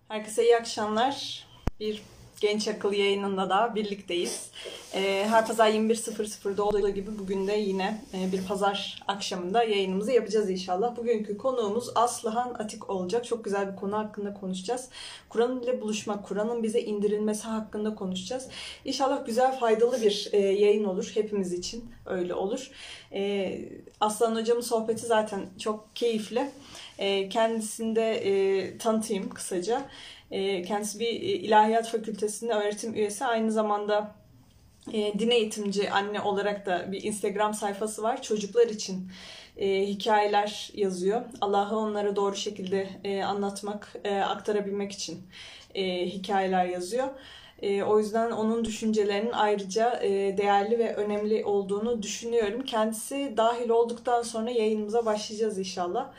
Herkese iyi akşamlar. Bir Genç Akıl yayınında da birlikteyiz. Her pazar 21.00'da olduğu gibi bugün de yine bir pazar akşamında yayınımızı yapacağız inşallah. Bugünkü konuğumuz Aslıhan Atik olacak. Çok güzel bir konu hakkında konuşacağız. Kur'an ile buluşmak, Kur'an'ın bize indirilmesi hakkında konuşacağız. İnşallah güzel, faydalı bir yayın olur. Hepimiz için öyle olur. Aslıhan hocamın sohbeti zaten çok keyifli. Kendisini de tanıtayım kısaca. Kendisi bir ilahiyat fakültesinde öğretim üyesi. Aynı zamanda din eğitimci anne olarak da bir Instagram sayfası var. Çocuklar için hikayeler yazıyor. Allah'ı onlara doğru şekilde anlatmak, aktarabilmek için hikayeler yazıyor. O yüzden onun düşüncelerinin ayrıca değerli ve önemli olduğunu düşünüyorum. Kendisi dahil olduktan sonra yayınımıza başlayacağız inşallah.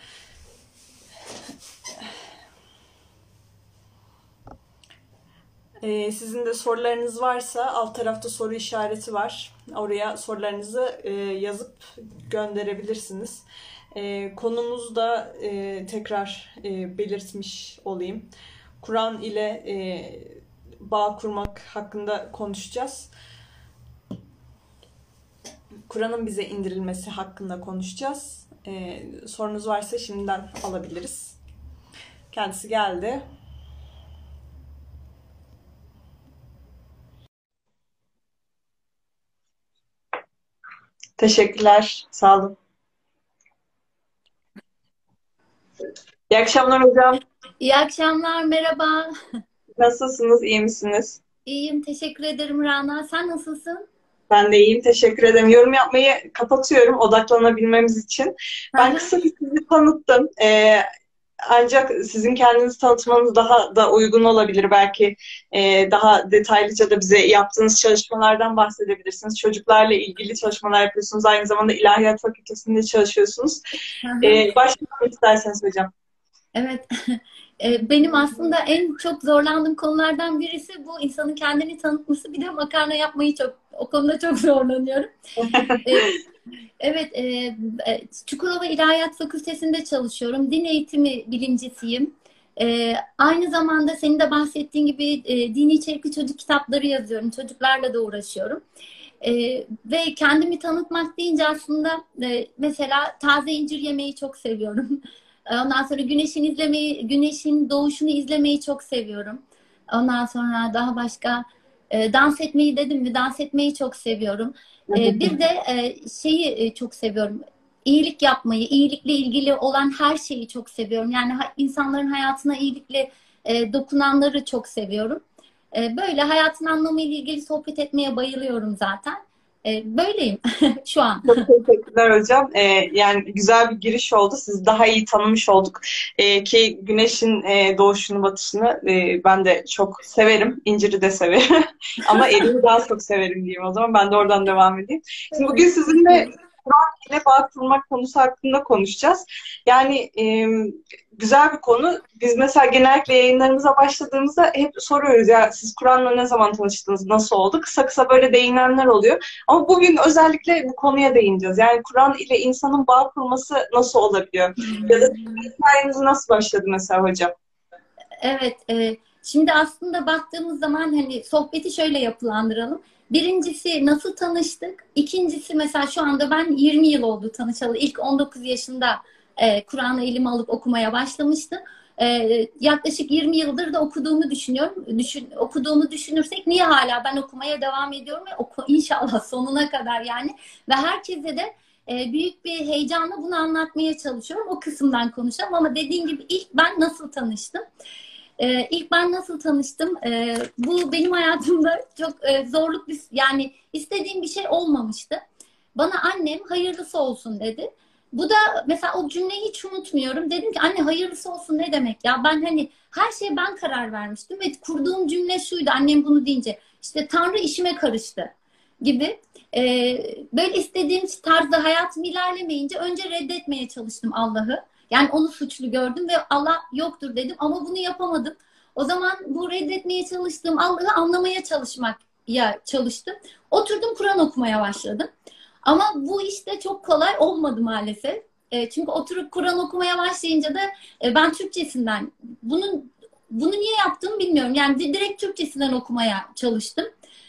Sizin de sorularınız varsa alt tarafta soru işareti var. Oraya sorularınızı yazıp gönderebilirsiniz. Konumuzu da tekrar belirtmiş olayım. Kur'an ile bağ kurmak hakkında konuşacağız. Kur'an'ın bize indirilmesi hakkında konuşacağız. Sorunuz varsa şimdiden alabiliriz. Kendisi geldi. Teşekkürler. Sağ olun. İyi akşamlar hocam. İyi akşamlar, merhaba. Nasılsınız? İyi misiniz? İyiyim, teşekkür ederim Rana. Sen nasılsın? Ben de iyiyim. Teşekkür ederim. Yorum yapmayı kapatıyorum odaklanabilmemiz için. Hı Ben hı. kısa bir sizi tanıttım. Ancak sizin kendinizi tanıtmanız daha da uygun olabilir. Belki daha detaylıca da bize yaptığınız çalışmalardan bahsedebilirsiniz. Çocuklarla ilgili çalışmalar yapıyorsunuz. Aynı zamanda İlahiyat Fakültesi'nde çalışıyorsunuz. Hı hı. Başlayalım isterseniz hocam. Evet. Benim aslında en çok zorlandığım konulardan birisi bu insanın kendini tanıtması. Bir de makarna yapmayı o konuda çok zorlanıyorum. E, Evet, Çukurova İlahiyat Fakültesi'nde çalışıyorum. Din eğitimi bilimcisiyim. Aynı zamanda senin de bahsettiğin gibi dini içerikli çocuk kitapları yazıyorum. Çocuklarla da uğraşıyorum. Ve kendimi tanıtmak deyince aslında mesela taze incir yemeyi çok seviyorum. Ondan sonra güneşin doğuşunu izlemeyi çok seviyorum. Ondan sonra daha başka dans etmeyi dedim mi? Dans etmeyi çok seviyorum. Bir de şeyi çok seviyorum. İyilik yapmayı, iyilikle ilgili olan her şeyi çok seviyorum. Yani insanların hayatına iyilikle dokunanları çok seviyorum. Böyle hayatın anlamıyla ilgili sohbet etmeye bayılıyorum zaten. Böyleyim şu an. Çok teşekkürler hocam. Yani güzel bir giriş oldu. Sizi daha iyi tanımış olduk. Ki güneşin doğuşunu, batışını ben de çok severim. İnciri de severim. Ama eriği daha çok severim diyeyim o zaman. Ben de oradan devam edeyim. Şimdi bugün sizinle Kur'an ile bağ kurmak konusu hakkında konuşacağız. Yani güzel bir konu. Biz mesela genellikle yayınlarımıza başladığımızda hep soruyoruz ya siz Kur'an'la ne zaman tanıştınız, nasıl oldu? Kısa kısa böyle değinenler oluyor. Ama bugün özellikle bu konuya değineceğiz. Yani Kur'an ile insanın bağ kurması nasıl olabiliyor? Ya da hikayeniz nasıl başladı mesela hocam? Evet, şimdi aslında baktığımız zaman hani sohbeti şöyle yapılandıralım. Birincisi nasıl tanıştık? İkincisi mesela şu anda ben 20 yıl oldu tanışalı. İlk 19 yaşında Kur'an'ı elime alıp okumaya başlamıştım. Yaklaşık 20 yıldır da okuduğumu düşünüyorum. Okuduğumu düşünürsek niye hala ben okumaya devam ediyorum ve inşallah sonuna kadar yani. Ve herkese de büyük bir heyecanla bunu anlatmaya çalışıyorum. O kısımdan konuşalım ama dediğim gibi ilk ben nasıl tanıştım? İlk ben nasıl tanıştım? Bu benim hayatımda çok zorluk yani istediğim bir şey olmamıştı. Bana annem hayırlısı olsun dedi. Bu da mesela o cümleyi hiç unutmuyorum. Dedim ki anne hayırlısı olsun ne demek ya? Ben hani her şeye ben karar vermiştim ve kurduğum cümle şuydu annem bunu deyince. İşte Tanrı işime karıştı gibi. Böyle istediğim tarzda hayatım ilerlemeyince önce reddetmeye çalıştım Allah'ı. Yani onu suçlu gördüm ve Allah yoktur dedim ama bunu yapamadım. O zaman bu reddetmeye çalıştığım Allah'ı anlamaya çalıştım. Oturdum Kur'an okumaya başladım. Ama bu işte çok kolay olmadı maalesef. Çünkü oturup Kur'an okumaya başlayınca da ben Türkçesinden bunu niye yaptığımı bilmiyorum. Yani direkt Türkçesinden okumaya çalıştım.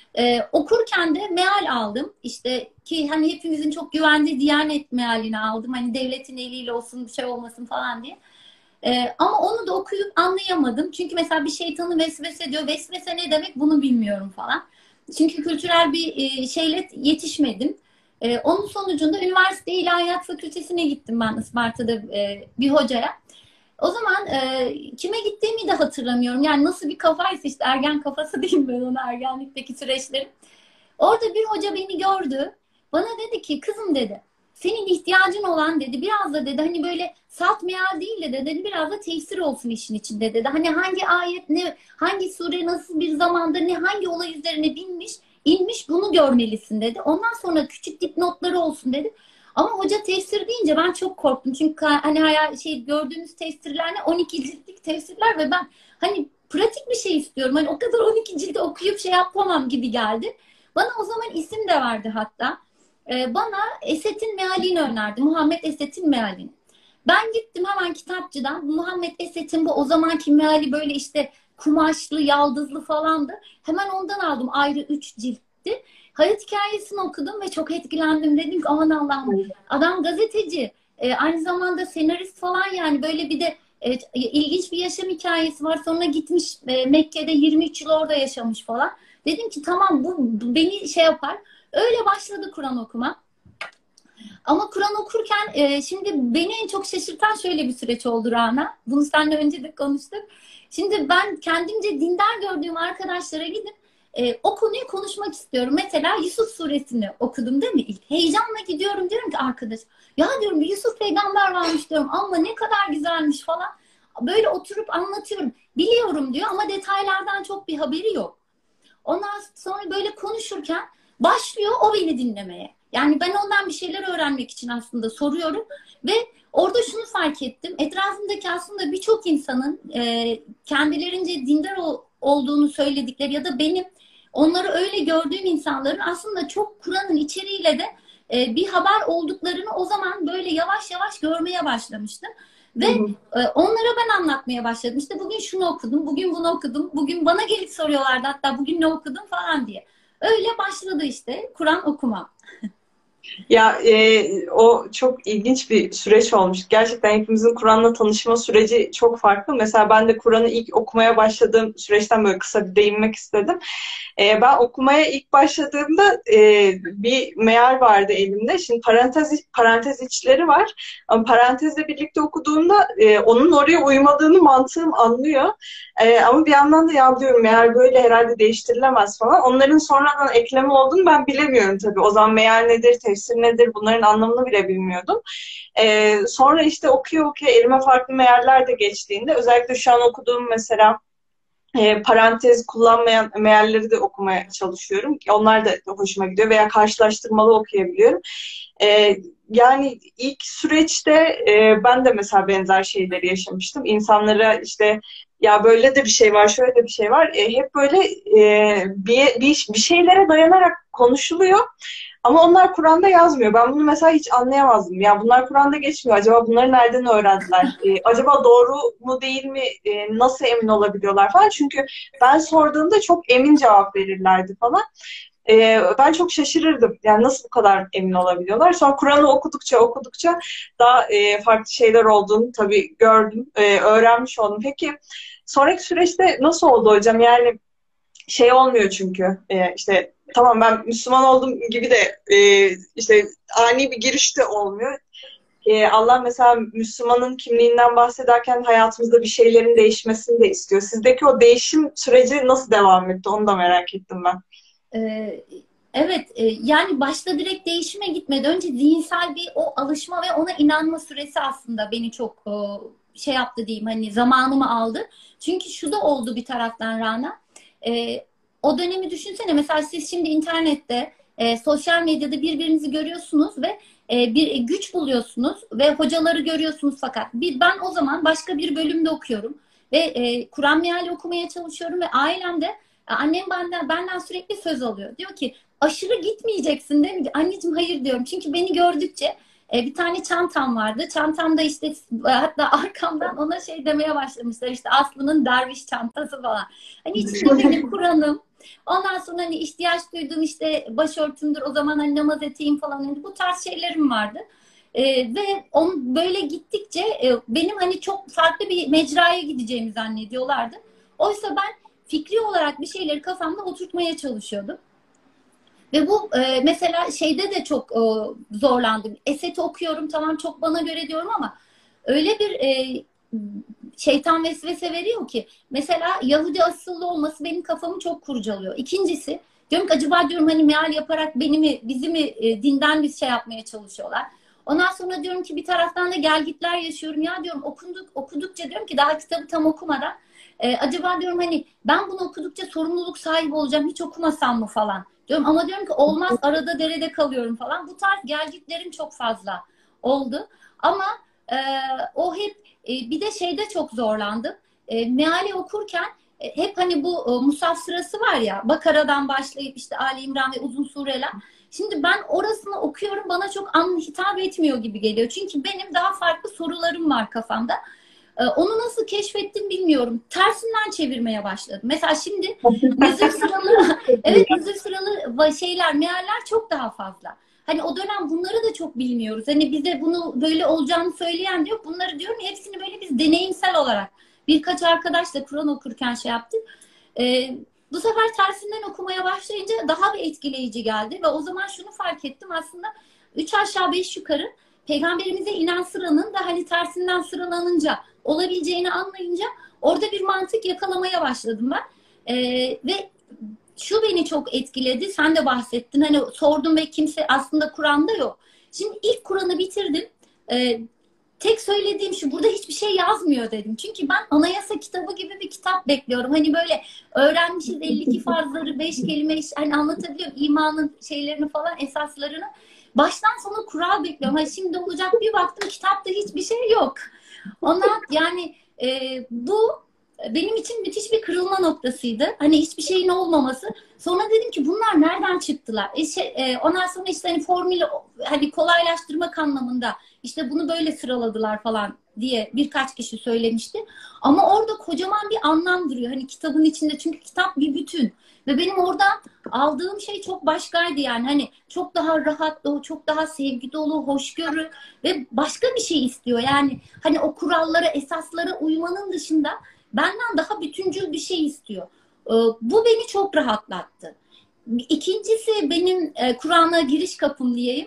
Okurken de meal aldım. İşte ki hani hepimizin çok güvendiği Diyanet mealini aldım. Hani devletin eliyle olsun, bir şey olmasın falan diye. Ama onu da okuyup anlayamadım. Çünkü mesela bir şeytanı vesvese diyor. Vesvese ne demek bunu bilmiyorum falan. Çünkü kültürel bir şeyle yetişmedim. Onun sonucunda üniversite İlahiyat Fakültesine gittim ben Isparta'da bir hocaya. O zaman kime gittiğimi de hatırlamıyorum. Yani nasıl bir kafaysa işte ergen kafası diyeyim ben ona, ergenlikteki süreçlerim. Orada bir hoca beni gördü. Bana dedi ki kızım dedi, senin ihtiyacın olan dedi biraz da dedi hani böyle salt meal değil de dedi biraz da tefsir olsun işin içinde dedi. Hani hangi ayet ne, hangi sure nasıl bir zamanda ne hangi olay üzerine inmiş bunu görmelisin dedi. Ondan sonra küçük dipnotları olsun dedi. Ama hoca tefsir deyince ben çok korktum. Çünkü hani gördüğünüz tefsirler ne 12 ciltlik tefsirler ve ben hani pratik bir şey istiyorum. Hani o kadar 12 cildi okuyup şey yapamam gibi geldi. Bana o zaman isim de verdi hatta. Bana Esed'in mealini önerdi. Muhammed Esed'in mealini. Ben gittim hemen kitapçıdan. Muhammed Esed'in bu o zamanki meali böyle işte kumaşlı, yaldızlı falandı. Hemen ondan aldım. Ayrı 3 ciltti. Hayat hikayesini okudum ve çok etkilendim. Dedim ki aman Allah'ım adam gazeteci. Aynı zamanda senarist falan yani böyle bir de ilginç bir yaşam hikayesi var. Sonra gitmiş Mekke'de 23 yıl orada yaşamış falan. Dedim ki tamam bu beni şey yapar. Öyle başladı Kur'an okuma. Ama Kur'an okurken şimdi beni en çok şaşırtan şöyle bir süreç oldu Rana. Bunu seninle önce de konuştuk. Şimdi ben kendimce dindar gördüğüm arkadaşlara gidip o konuyu konuşmak istiyorum. Mesela Yusuf suresini okudum değil mi ilk? Heyecanla gidiyorum diyorum ki arkadaş ya diyorum Yusuf peygamber varmış diyorum ama ne kadar güzelmiş falan. Böyle oturup anlatıyorum. Biliyorum diyor ama detaylardan çok bir haberi yok. Ondan sonra böyle konuşurken başlıyor o beni dinlemeye. Yani ben ondan bir şeyler öğrenmek için aslında soruyorum ve orada şunu fark ettim. Etrafımdaki aslında birçok insanın kendilerince dindar olduğunu söyledikleri ya da benim onları öyle gördüğüm insanların aslında çok Kur'an'ın içeriğiyle de bir haber olduklarını o zaman böyle yavaş yavaş görmeye başlamıştım. Ve onlara ben anlatmaya başladım. İşte bugün şunu okudum, bugün bunu okudum. Bugün bana gelip soruyorlardı hatta bugün ne okudun falan diye. Öyle başladı işte Kur'an okuma. Ya o çok ilginç bir süreç olmuş. Gerçekten hepimizin Kur'an'la tanışma süreci çok farklı. Mesela ben de Kur'an'ı ilk okumaya başladığım süreçten böyle kısa bir değinmek istedim. Ben okumaya ilk başladığımda bir meal vardı elimde. Şimdi parantez içleri var. Ama parantezle birlikte okuduğumda onun oraya uymadığını mantığım anlıyor. Ama bir yandan da ya diyorum meal böyle herhalde değiştirilemez falan. Onların sonradan ekleme olduğunu ben bilemiyorum tabii. O zaman meal nedir, tefsir nedir bunların anlamını bile bilmiyordum. Sonra işte okuya elime farklı mealler de geçtiğinde özellikle şu an okuduğum mesela parantez kullanmayan mealleri de okumaya çalışıyorum. Onlar da hoşuma gidiyor veya karşılaştırmalı okuyabiliyorum. Yani ilk süreçte ben de mesela benzer şeyleri yaşamıştım. İnsanlara işte ya böyle de bir şey var, şöyle de bir şey var. Hep böyle bir şeylere dayanarak konuşuluyor. Ama onlar Kur'an'da yazmıyor. Ben bunu mesela hiç anlayamazdım. Ya bunlar Kur'an'da geçmiyor. Acaba bunları nereden öğrendiler? Acaba doğru mu değil mi? Nasıl emin olabiliyorlar falan. Çünkü ben sorduğumda çok emin cevap verirlerdi falan. Ben çok şaşırırdım. Yani nasıl bu kadar emin olabiliyorlar? Sonra Kur'an'ı okudukça daha farklı şeyler olduğunu tabii gördüm, öğrenmiş oldum. Peki sonraki süreçte nasıl oldu hocam? Yani şey olmuyor çünkü işte tamam ben Müslüman oldum gibi de işte ani bir giriş de olmuyor. Allah mesela Müslümanın kimliğinden bahsederken hayatımızda bir şeylerin değişmesini de istiyor. Sizdeki o değişim süreci nasıl devam etti? Onu da merak ettim ben. Evet, yani başta direkt değişime gitmedi. Önce zihinsel bir o alışma ve ona inanma süresi aslında beni çok şey yaptı diyeyim hani zamanımı aldı. Çünkü şu da oldu bir taraftan Rana. O dönemi düşünsene mesela siz şimdi internette sosyal medyada birbirinizi görüyorsunuz ve bir güç buluyorsunuz ve hocaları görüyorsunuz fakat ben o zaman başka bir bölümde okuyorum ve Kur'an meali okumaya çalışıyorum ve ailemde annem benden sürekli söz alıyor. Diyor ki aşırı gitmeyeceksin değil mi? Anneciğim hayır diyorum. Çünkü beni gördükçe Bir tane çantam vardı. Çantamda işte hatta arkamdan ona şey demeye başlamışlar. İşte Aslı'nın derviş çantası falan. Hani içinde benim Kur'an'ım. Ondan sonra hani ihtiyaç duyduğum işte başörtümdür. O zaman hani namaz eteğim falan. Hani bu tarz şeylerim vardı. Ve on böyle gittikçe benim hani çok farklı bir mecraya gideceğimi zannediyorlardı. Oysa ben fikri olarak bir şeyleri kafamda oturtmaya çalışıyordum. Ve bu mesela şeyde de çok zorlandım. Eset'i okuyorum, tamam çok bana göre diyorum ama öyle bir şeytan vesvese veriyor ki. Mesela Yahudi asıllı olması benim kafamı çok kurcalıyor. İkincisi diyorum ki acaba diyorum hani meal yaparak beni mi bizi mi dinden bir şey yapmaya çalışıyorlar. Ondan sonra diyorum ki bir taraftan da gelgitler yaşıyorum. Ya diyorum okudukça diyorum ki daha kitabı tam okumadan acaba diyorum hani ben bunu okudukça sorumluluk sahibi olacağım hiç okumasam mı falan diyorum. Ama diyorum ki olmaz arada derede kalıyorum falan. Bu tarz gelgitlerim çok fazla oldu. Ama e, o hep bir de şeyde çok zorlandım. Meali okurken hep hani bu Musaf sırası var ya Bakara'dan başlayıp işte Ali İmran ve uzun sureler. Şimdi ben orasını okuyorum bana çok hitap etmiyor gibi geliyor. Çünkü benim daha farklı sorularım var kafamda. Onu nasıl keşfettim bilmiyorum. Tersinden çevirmeye başladım. Mesela şimdi nüzul sıralı evet nüzul sıralı şeyler, mealler çok daha fazla. Hani o dönem bunları da çok bilmiyoruz. Hani bize bunu böyle olacağını söyleyen diyor. Bunları diyorum ya hepsini böyle biz deneyimsel olarak birkaç arkadaşla Kur'an okurken şey yaptık. Bu sefer tersinden okumaya başlayınca daha bir etkileyici geldi ve o zaman şunu fark ettim aslında 3 aşağı 5 yukarı Peygamberimize inen sıranın da hani tersinden sıralanınca olabileceğini anlayınca orada bir mantık yakalamaya başladım ben. Ve şu beni çok etkiledi. Sen de bahsettin. Hani sordum ve kimse aslında Kur'an'da yok. Şimdi ilk Kur'an'ı bitirdim. Tek söylediğim şu burada hiçbir şey yazmıyor dedim. Çünkü ben anayasa kitabı gibi bir kitap bekliyorum. Hani böyle öğrenmişiz 52 farzları, 5 kelime hani anlatabiliyorum imanın şeylerini falan esaslarını. Baştan sona kural bekliyorum. Hani şimdi olacak bir baktım kitapta hiçbir şey yok. Ondan yani bu benim için müthiş bir kırılma noktasıydı. Hani hiçbir şeyin olmaması. Sonra dedim ki bunlar nereden çıktılar? Ondan sonra işte hani formülü hani kolaylaştırmak anlamında işte bunu böyle sıraladılar falan diye birkaç kişi söylemişti. Ama orada kocaman bir anlam duruyor. Hani kitabın içinde çünkü kitap bir bütün. Ve benim oradan aldığım şey çok başkaydı yani. Hani çok daha rahat, çok daha sevgi dolu, hoşgörü ve başka bir şey istiyor. Yani hani o kurallara, esaslara uymanın dışında benden daha bütüncül bir şey istiyor. Bu beni çok rahatlattı. İkincisi benim Kur'an'a giriş kapım diyeyim.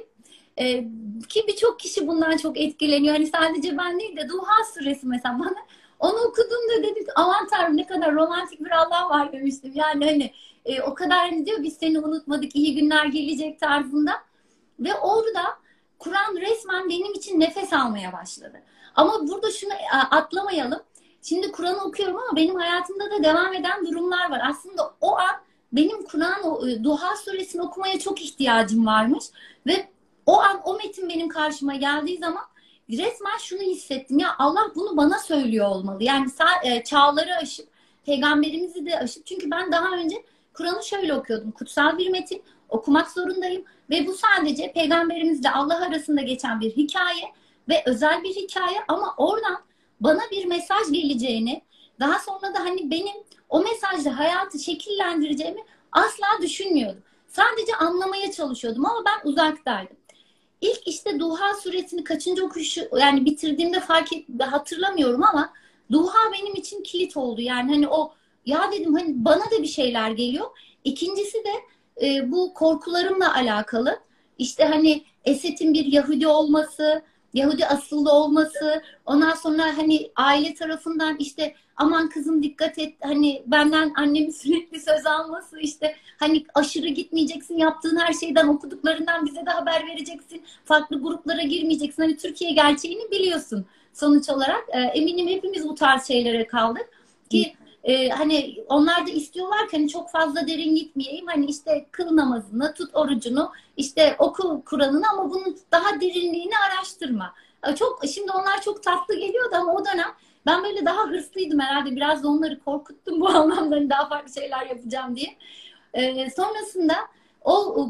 Ki birçok kişi bundan çok etkileniyor. Hani sadece ben değil de Duha suresi mesela bana onu okuduğumda dedim ki aman tanrım ne kadar romantik bir Allah var demiştim. Yani hani o kadar hani diyor biz seni unutmadık iyi günler gelecek tarzında. Ve orada Kur'an resmen benim için nefes almaya başladı. Ama burada şunu atlamayalım. Şimdi Kur'an okuyorum ama benim hayatımda da devam eden durumlar var. Aslında o an benim Kur'an Duha suresini okumaya çok ihtiyacım varmış. Ve o an o metin benim karşıma geldiği zaman resmen şunu hissettim. Ya Allah bunu bana söylüyor olmalı. Yani çağları aşıp, peygamberimizi de aşıp. Çünkü ben daha önce Kur'an'ı şöyle okuyordum. Kutsal bir metin okumak zorundayım. Ve bu sadece peygamberimizle Allah arasında geçen bir hikaye ve özel bir hikaye ama oradan bana bir mesaj geleceğini, daha sonra da hani benim o mesajla hayatı şekillendireceğimi asla düşünmüyordum. Sadece anlamaya çalışıyordum ama ben uzaktaydım. İlk işte Duha suresini kaçıncı okuyuşu yani bitirdiğimde hatırlamıyorum ama Duha benim için kilit oldu. Yani hani o ya dedim hani bana da bir şeyler geliyor. İkincisi de bu korkularımla alakalı. İşte hani Esed'in bir Yahudi olması, Yahudi asıllı olması, ondan sonra hani aile tarafından işte aman kızım dikkat et hani benden annemin sürekli söz alması işte hani aşırı gitmeyeceksin yaptığın her şeyden okuduklarından bize de haber vereceksin farklı gruplara girmeyeceksin hani Türkiye gerçeğini biliyorsun sonuç olarak eminim hepimiz bu tarz şeylere kaldık ki hani onlar da istiyorlar ki hani çok fazla derin gitmeyeyim hani işte kıl namazını tut orucunu işte oku Kur'an'ını ama bunun daha derinliğini araştırma. Çok şimdi onlar çok tatlı geliyordu ama o dönem ben böyle daha hırslıydım herhalde. Biraz da onları korkuttum bu anlamda hani daha farklı şeyler yapacağım diye. Sonrasında O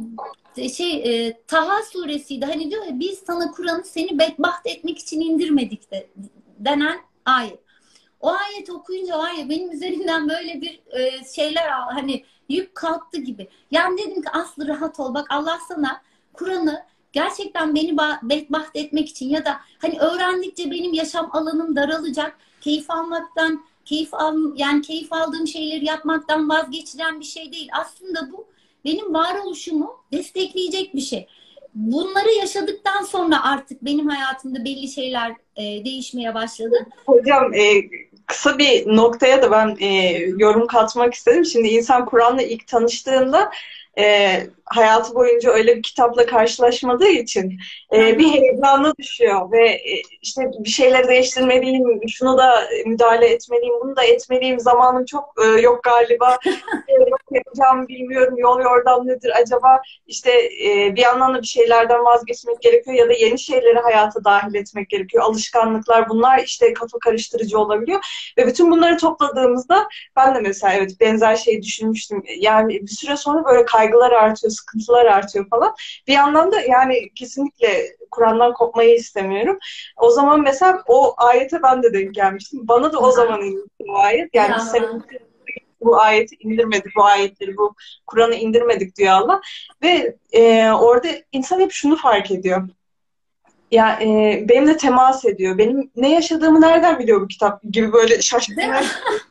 Taha suresiydi. Hani diyor ya, biz sana Kur'an'ı seni bedbaht etmek için indirmedik de denen ayet. O ayeti okuyunca var ya, benim üzerimden böyle bir şeyler, hani yük kalktı gibi. Yani dedim ki Aslı, rahat ol. Bak, Allah sana Kur'an'ı gerçekten beni bedbaht etmek için ya da hani öğrendikçe benim yaşam alanım daralacak. Keyif almaktan, yani keyif aldığım şeyleri yapmaktan vazgeçilen bir şey değil. Aslında bu benim varoluşumu destekleyecek bir şey. Bunları yaşadıktan sonra artık benim hayatımda belli şeyler değişmeye başladı. Hocam, kısa bir noktaya da ben yorum katmak istedim. Şimdi insan Kur'an'la ilk tanıştığında hayatı boyunca öyle bir kitapla karşılaşmadığı için bir heyecanla düşüyor ve işte bir şeyleri değiştirmeliyim, şunu da müdahale etmeliyim, bunu da etmeliyim, zamanım çok yok galiba, yok yapacağımı bilmiyorum, yol yordam nedir acaba, işte bir yandan da bir şeylerden vazgeçmek gerekiyor ya da yeni şeyleri hayata dahil etmek gerekiyor. Alışkanlıklar, bunlar işte kafa karıştırıcı olabiliyor ve bütün bunları topladığımızda ben de mesela evet benzer şeyi düşünmüştüm. Yani bir süre sonra böyle kaygılar artıyor, sıkıntılar artıyor falan. Bir yandan da yani kesinlikle Kur'an'dan kopmayı istemiyorum. O zaman mesela o ayete ben de denk gelmiştim. Bana da o zaman indi bu ayet. Yani biz Ya. bu ayeti indirmedik, bu ayetleri, bu Kur'an'ı indirmedik diyor Allah. Ve orada insan hep şunu fark ediyor. Ya benimle temas ediyor. Benim ne yaşadığımı nereden biliyor bu kitap gibi böyle Değil mi? şaşkınlık.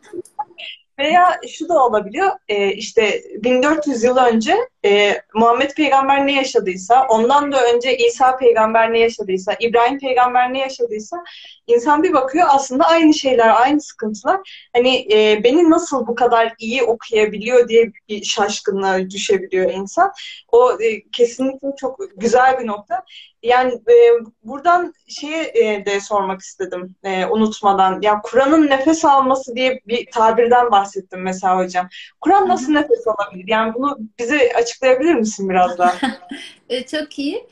Veya şu da olabiliyor, işte 1400 yıl önce Muhammed Peygamber ne yaşadıysa, ondan da önce İsa Peygamber ne yaşadıysa, İbrahim Peygamber ne yaşadıysa, insan bir bakıyor aslında aynı şeyler, aynı sıkıntılar. Hani beni nasıl bu kadar iyi okuyabiliyor diye bir şaşkınlığa düşebiliyor insan. O kesinlikle çok güzel bir nokta. Yani buradan de sormak istedim unutmadan. Ya Kur'an'ın nefes alması diye bir tabirden bahsettim mesela hocam. Kur'an nasıl nefes alabilir? Yani bunu bize açıklayabilir misin biraz daha? Çok iyi.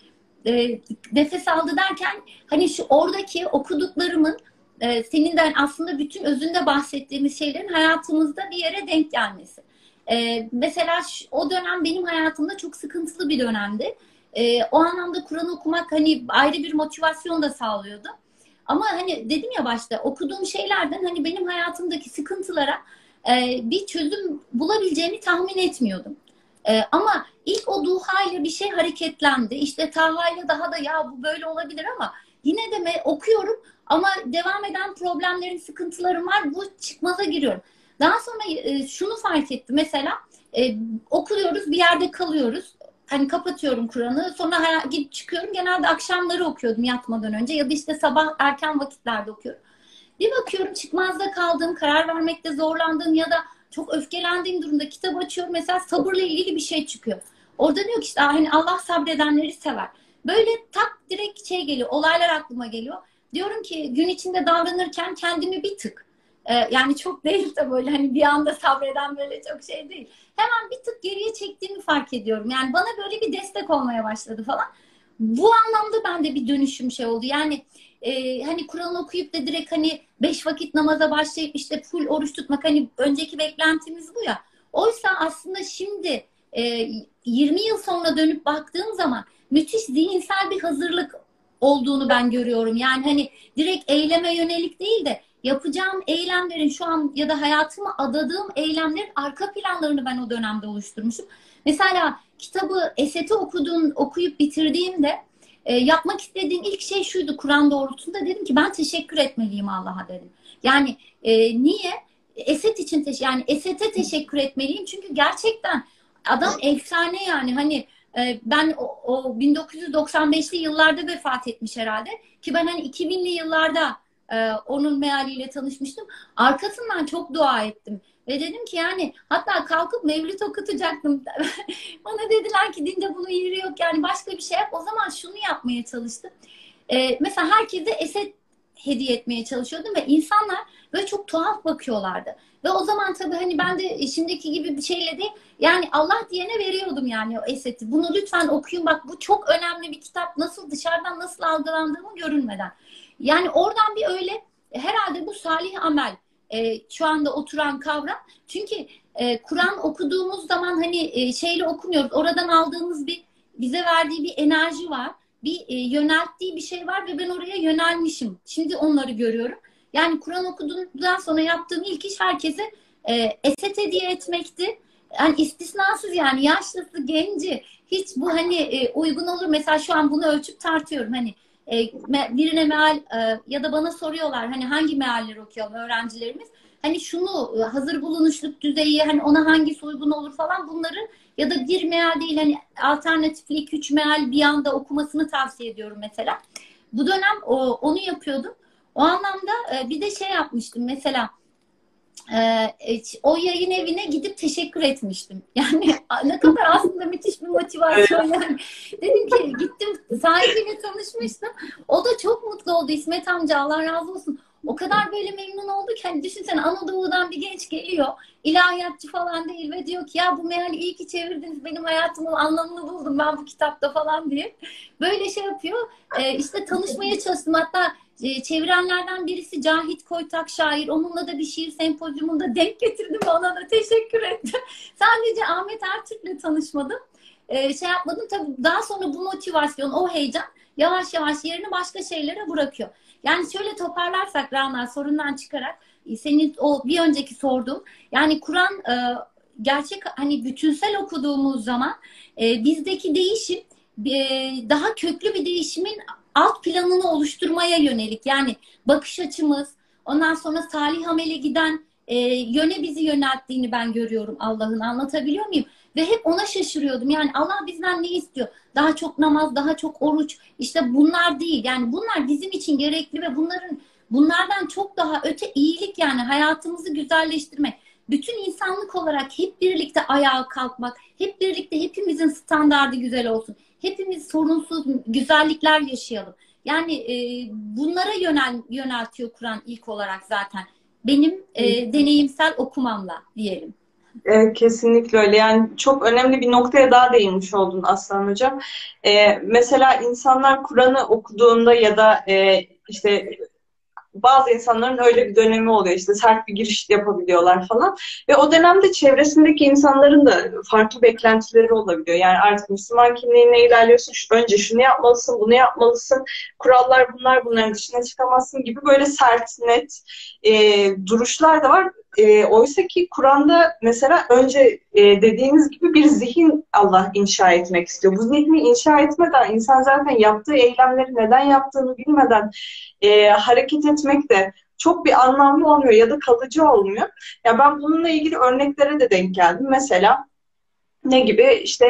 Nefes aldı derken hani şu oradaki okuduklarımın senin de aslında bütün özünde bahsettiğimiz şeylerin hayatımızda bir yere denk gelmesi. Mesela o dönem benim hayatımda çok sıkıntılı bir dönemdi. O anlamda Kur'an okumak hani ayrı bir motivasyon da sağlıyordu. Ama hani dedim ya başta, okuduğum şeylerden hani benim hayatımdaki sıkıntılara bir çözüm bulabileceğimi tahmin etmiyordum. Ama ilk o Duha ile bir şey hareketlendi. İşte Taha ile daha da ya bu böyle olabilir ama yine de okuyorum ama devam eden problemlerin, sıkıntılarım var. Bu çıkmaza giriyorum. Daha sonra şunu fark ettim. Mesela okuyoruz, bir yerde kalıyoruz. Hani kapatıyorum Kur'an'ı. Sonra gidip çıkıyorum. Genelde akşamları okuyordum yatmadan önce ya da işte sabah erken vakitlerde okuyorum. Bir bakıyorum çıkmazda kaldığım, karar vermekte zorlandığım ya da çok öfkelendiğim durumda kitap açıyorum. Mesela sabırla ilgili bir şey çıkıyor. Orada diyor ki işte hani Allah sabredenleri sever. Böyle tak direkt şey geliyor. Olaylar aklıma geliyor. Diyorum ki gün içinde davranırken kendimi bir tık, yani çok değil de böyle hani bir anda sabreden böyle çok şey değil. Hemen bir tık geriye çektiğimi fark ediyorum. Yani bana böyle bir destek olmaya başladı falan. Bu anlamda bende bir dönüşüm şey oldu. Yani hani Kur'an okuyup da direkt hani 5 vakit namaza başlayıp işte full oruç tutmak, hani önceki beklentimiz bu ya. Oysa aslında şimdi 20 yıl sonra dönüp baktığım zaman müthiş zihinsel bir hazırlık olduğunu ben görüyorum. Yani hani direkt eyleme yönelik değil de yapacağım eylemlerin şu an ya da hayatıma adadığım eylemlerin arka planlarını ben o dönemde oluşturmuşum. Mesela kitabı Eset'i okuyup bitirdiğimde yapmak istediğim ilk şey şuydu Kur'an doğrultusunda. Dedim ki ben teşekkür etmeliyim Allah'a dedim. Yani niye? Yani Eset'e teşekkür etmeliyim. Çünkü gerçekten adam efsane yani. Hani ben o 1995'li yıllarda vefat etmiş herhalde. Ki ben hani 2000'li yıllarda onun mealiyle tanışmıştım. Arkasından çok dua ettim. Ve dedim ki yani hatta kalkıp mevlüt okutacaktım. Bana dediler ki dinde bunun yeri yok, yani başka bir şey yap. O zaman şunu yapmaya çalıştım. Mesela herkese eset hediye etmeye çalışıyordum ve insanlar böyle çok tuhaf bakıyorlardı. Ve o zaman tabii hani ben de şimdiki gibi bir şeyle değil, yani Allah diyene veriyordum yani o eseti. Bunu lütfen okuyun, bak bu çok önemli bir kitap. Nasıl dışarıdan nasıl algılandığımı görünmeden. Yani oradan bir öyle herhalde bu salih amel şu anda oturan kavram. Çünkü Kur'an okuduğumuz zaman hani şeyle okumuyoruz. Oradan aldığımız bize verdiği bir enerji var. Bir yönelttiği bir şey var ve ben oraya yönelmişim. Şimdi onları görüyorum. Yani Kur'an okuduğumdan sonra yaptığım ilk iş herkese eset hediye etmekti. Yani istisnasız, yani yaşlısı, genci, hiç bu hani uygun olur. Mesela şu an bunu ölçüp tartıyorum. Hani birine meal ya da bana soruyorlar hani hangi mealleri okuyalım öğrencilerimiz. Hani şunu hazır bulunuşluk düzeyi, hani ona hangisi uygun olur falan, bunları ya da bir meal değil hani alternatifli 2-3 meal bir anda okumasını tavsiye ediyorum mesela. Bu dönem onu yapıyordum. O anlamda bir de şey yapmıştım mesela, o yayın evine gidip teşekkür etmiştim. Yani ne kadar aslında müthiş bir motivasyon yani. Dedim ki, gittim sahibiyle tanışmıştım. O da çok mutlu oldu. İsmet amca, Allah razı olsun. O kadar böyle memnun oldu ki, hani düşünsene, Anadolu'dan bir genç geliyor. İlahiyatçı falan değil ve diyor ki ya bu meali iyi ki çevirdiniz. Benim hayatımın anlamını buldum ben bu kitapta falan diye. Böyle şey yapıyor. İşte tanışmaya çalıştım. Hatta çevirenlerden birisi Cahit Koytak şair. Onunla da bir şiir sempozyumunda denk getirdim. Ona da teşekkür ettim. Sadece Ahmet Ertürk'le tanışmadım. Şey yapmadım. Tabii daha sonra bu motivasyon, o heyecan yavaş yavaş yerini başka şeylere bırakıyor. Yani şöyle toparlarsak Rana, sorundan çıkarak senin o bir önceki sorduğum, yani Kur'an gerçek hani bütünsel okuduğumuz zaman bizdeki değişim daha köklü bir değişimin alt planını oluşturmaya yönelik. Yani bakış açımız, ondan sonra salih amele giden yöne bizi yönelttiğini ben görüyorum Allah'ın. Anlatabiliyor muyum? Ve hep ona şaşırıyordum. Yani Allah bizden ne istiyor? Daha çok namaz, daha çok oruç. İşte bunlar değil. Yani bunlar bizim için gerekli ve bunlardan çok daha öte iyilik, yani hayatımızı güzelleştirmek. Bütün insanlık olarak hep birlikte ayağa kalkmak, hep birlikte hepimizin standardı güzel olsun. Hepimiz sorunsuz güzellikler yaşayalım. Yani bunlara yöneltiyor Kur'an ilk olarak zaten. Benim deneyimsel okumamla diyelim. Kesinlikle öyle. Yani çok önemli bir noktaya daha değinmiş oldun Aslan Hocam. Mesela insanlar Kur'an'ı okuduğunda ya da işte bazı insanların öyle bir dönemi oluyor, işte sert bir giriş yapabiliyorlar falan ve o dönemde çevresindeki insanların da farklı beklentileri olabiliyor. Yani artık Müslüman kimliğine ilerliyorsun, önce şunu yapmalısın, bunu yapmalısın, kurallar bunlar, bunların dışına çıkamazsın gibi böyle sert, net duruşlar da var. Oysa ki Kur'an'da mesela önce dediğiniz gibi bir zihin Allah inşa etmek istiyor. Bu zihni inşa etmeden insan zaten yaptığı eylemleri neden yaptığını bilmeden hareket etmek de çok bir anlamlı olmuyor ya da kalıcı olmuyor. Ya ben bununla ilgili örneklere de denk geldim. Mesela ne gibi? İşte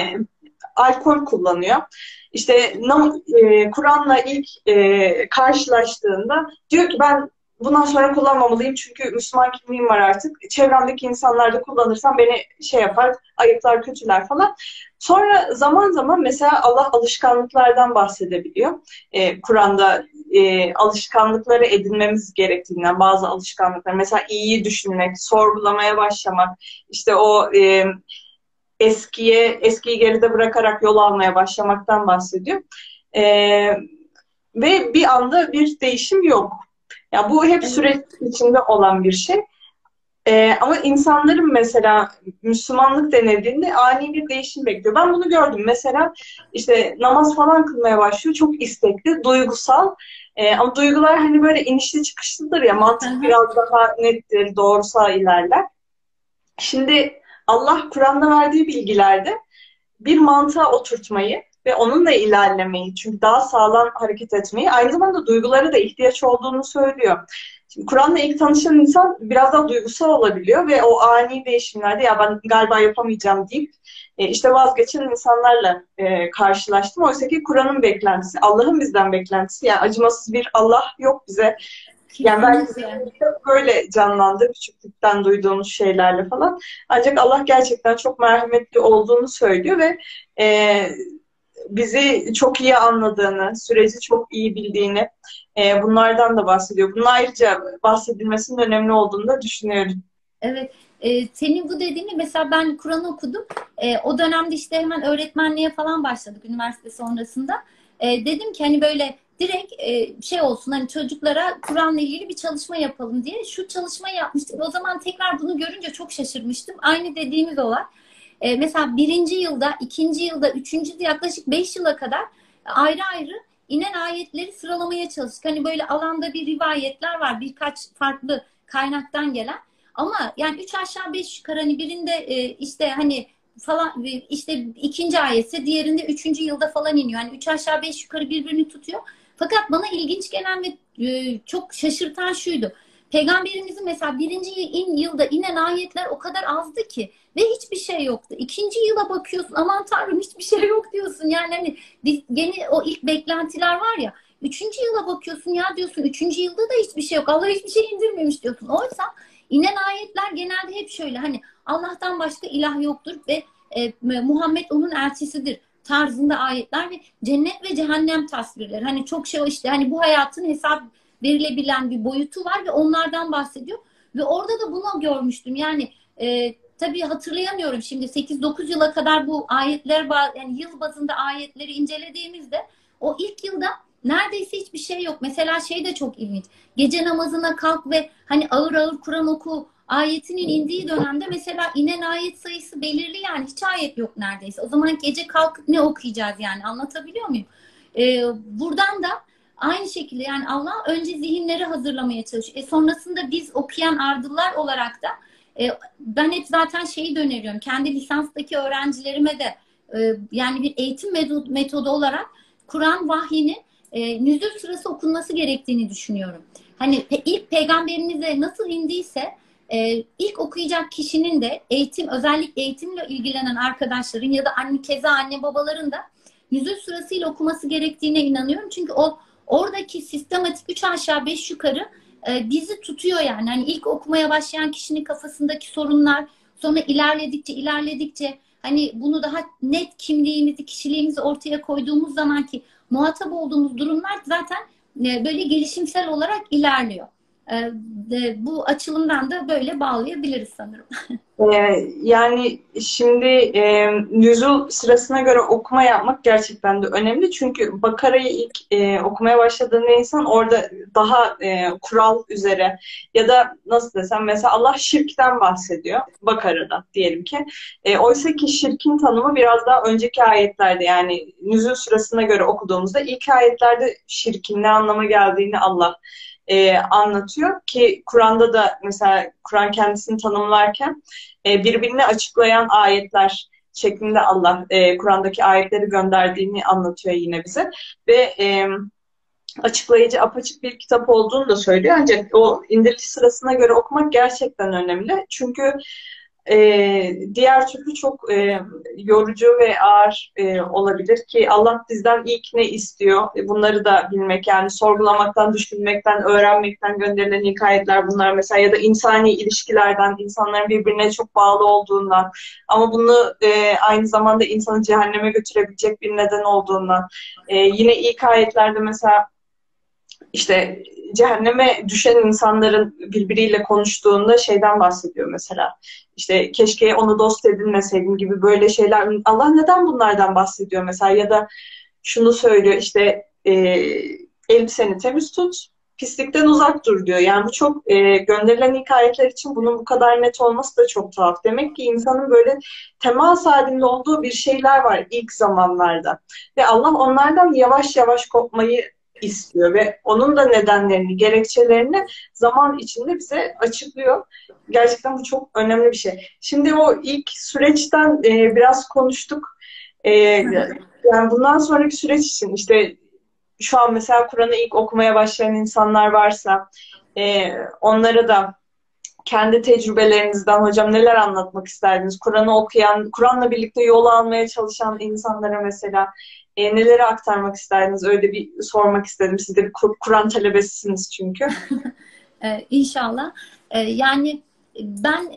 alkol kullanıyor. İşte Kur'an'la ilk karşılaştığında diyor ki ben bundan sonra kullanmamalıyım çünkü Müslüman kimliğim var artık. Çevremdeki insanlar da kullanırsam beni şey yapar, ayıplar, kötüler falan. Sonra zaman zaman mesela Allah alışkanlıklardan bahsedebiliyor. Kur'an'da alışkanlıkları edinmemiz gerektiğinden, bazı alışkanlıklar. Mesela iyiyi düşünmek, sorgulamaya başlamak, işte o eskiyi geride bırakarak yol almaya başlamaktan bahsediyor. Ve bir anda bir değişim yok. Ya bu hep süreç içinde olan bir şey. Ama insanların mesela Müslümanlık denildiğinde ani bir değişim bekliyor. Ben bunu gördüm. Mesela işte namaz falan kılmaya başlıyor. Çok istekli, duygusal. Ama duygular hani böyle inişli çıkışlıdır ya. Mantık biraz daha nettir, doğrusal ilerler. Şimdi Allah Kur'an'da verdiği bilgilerde bir mantığa oturtmayı ve onunla ilerlemeyi, çünkü daha sağlam hareket etmeyi, aynı zamanda duygulara da ihtiyaç olduğunu söylüyor. Şimdi Kur'an'la ilk tanışan insan biraz daha duygusal olabiliyor ve o ani değişimlerde ya ben galiba yapamayacağım deyip işte vazgeçen insanlarla karşılaştım. Oysa ki Kur'an'ın beklentisi, Allah'ın bizden beklentisi, yani acımasız bir Allah yok bize. Yani belki böyle canlandı küçüklükten duyduğumuz şeylerle falan. Ancak Allah gerçekten çok merhametli olduğunu söylüyor ve bizi çok iyi anladığını, süreci çok iyi bildiğini, bunlardan da bahsediyor. Bunun ayrıca bahsedilmesinin önemli olduğunu da düşünüyorum. Evet. Senin bu dediğini, mesela ben Kur'an okudum. O dönemde işte hemen öğretmenliğe falan başladık üniversite sonrasında. Dedim ki hani böyle direkt şey olsun, hani çocuklara Kur'an'la ilgili bir çalışma yapalım diye şu çalışmayı yapmıştık. O zaman tekrar bunu görünce çok şaşırmıştım. Aynı dediğimiz olay. Mesela birinci yılda, ikinci yılda, üçüncü yılda yaklaşık 5 yıla kadar ayrı ayrı inen ayetleri sıralamaya çalıştık. Hani böyle alanda bir rivayetler var, birkaç farklı kaynaktan gelen. Ama yani üç aşağı beş yukarı, hani birinde işte hani falan, işte ikinci ayetse diğerinde üçüncü yılda falan iniyor. Hani üç aşağı beş yukarı birbirini tutuyor. Fakat bana ilginç gelen ve çok şaşırtan şuydu. Peygamberimizin mesela birinci yılda inen ayetler o kadar azdı ki ve hiçbir şey yoktu. İkinci yıla bakıyorsun, aman tanrım hiçbir şey yok diyorsun. Yani hani gene o ilk beklentiler var ya. Üçüncü yıla bakıyorsun, ya diyorsun üçüncü yılda da hiçbir şey yok. Allah hiçbir şey indirmemiş diyorsun. Oysa inen ayetler genelde hep şöyle, hani Allah'tan başka ilah yoktur ve Muhammed onun elçisidir tarzında ayetler ve cennet ve cehennem tasvirleri. Hani çok şey, işte hani bu hayatın hesap verilebilen bir boyutu var ve onlardan bahsediyor. Ve orada da bunu görmüştüm. Yani tabii hatırlayamıyorum şimdi, 8-9 yıla kadar bu ayetler, yani yıl bazında ayetleri incelediğimizde o ilk yılda neredeyse hiçbir şey yok. Mesela şey de çok ilginç. Gece namazına kalk ve hani ağır ağır Kur'an oku ayetinin indiği dönemde mesela inen ayet sayısı belirli, yani hiç ayet yok neredeyse. O zaman gece kalkıp ne okuyacağız yani, anlatabiliyor muyum? Buradan da aynı şekilde yani Allah önce zihinleri hazırlamaya çalışıyor. Sonrasında biz okuyan ardıllar olarak da ben hep zaten şeyi de öneriyorum. Kendi lisanstaki öğrencilerime de yani bir eğitim metodu olarak Kur'an vahyinin nüzul sırası okunması gerektiğini düşünüyorum. Hani ilk peygamberimize nasıl indiyse ilk okuyacak kişinin de özellikle eğitimle ilgilenen arkadaşların ya da keza anne babaların da nüzul sırasıyla okuması gerektiğine inanıyorum. Çünkü oradaki sistematik üç aşağı beş yukarı bizi tutuyor yani. Hani ilk okumaya başlayan kişinin kafasındaki sorunlar, sonra ilerledikçe hani bunu daha net kimliğimizi, kişiliğimizi ortaya koyduğumuz zamanki muhatap olduğumuz durumlar zaten böyle gelişimsel olarak ilerliyor. Bu açılımdan da böyle bağlayabiliriz sanırım. Yani şimdi nüzul sırasına göre okuma yapmak gerçekten de önemli. Çünkü Bakara'yı ilk okumaya başladığında insan orada daha kural üzere ya da nasıl desem, mesela Allah şirkten bahsediyor Bakara'da diyelim ki. Oysa ki şirkin tanımı biraz daha önceki ayetlerde, yani nüzul sırasına göre okuduğumuzda ilk ayetlerde şirkin ne anlama geldiğini Allah anlatıyor ki Kur'an'da da mesela Kur'an kendisini tanımlarken birbirini açıklayan ayetler şeklinde Allah Kur'an'daki ayetleri gönderdiğini anlatıyor yine bize ve açıklayıcı, apaçık bir kitap olduğunu da söylüyor. Ancak o indiriliş sırasına göre okumak gerçekten önemli. Çünkü diğer türlü çok yorucu ve ağır olabilir ki Allah bizden ilk ne istiyor? Bunları da bilmek, yani sorgulamaktan, düşünmekten, öğrenmekten gönderilen ilk ayetler bunlar mesela, ya da insani ilişkilerden, insanların birbirine çok bağlı olduğundan ama bunu aynı zamanda insanı cehenneme götürebilecek bir neden olduğundan. Yine ilk ayetlerde mesela işte cehenneme düşen insanların birbiriyle konuştuğunda şeyden bahsediyor mesela. İşte keşke onu dost edinmeseydim gibi böyle şeyler. Allah neden bunlardan bahsediyor mesela? Ya da şunu söylüyor işte elbiseni temiz tut, pislikten uzak dur diyor. Yani bu çok gönderilen ilk ayetler için bunun bu kadar net olması da çok tuhaf. Demek ki insanın böyle temas halinde olduğu bir şeyler var ilk zamanlarda. Ve Allah onlardan yavaş yavaş kopmayı istiyor ve onun da nedenlerini, gerekçelerini zaman içinde bize açıklıyor. Gerçekten bu çok önemli bir şey. Şimdi o ilk süreçten biraz konuştuk. Yani bundan sonraki süreç için işte şu an mesela Kur'an'ı ilk okumaya başlayan insanlar varsa onlara da kendi tecrübelerinizden hocam neler anlatmak isterdiniz? Kur'an'ı okuyan, Kur'an'la birlikte yol almaya çalışan insanlara mesela neleri aktarmak isterdiniz? Öyle bir sormak istedim. Siz de bir Kur'an talebesisiniz çünkü. İnşallah. Yani ben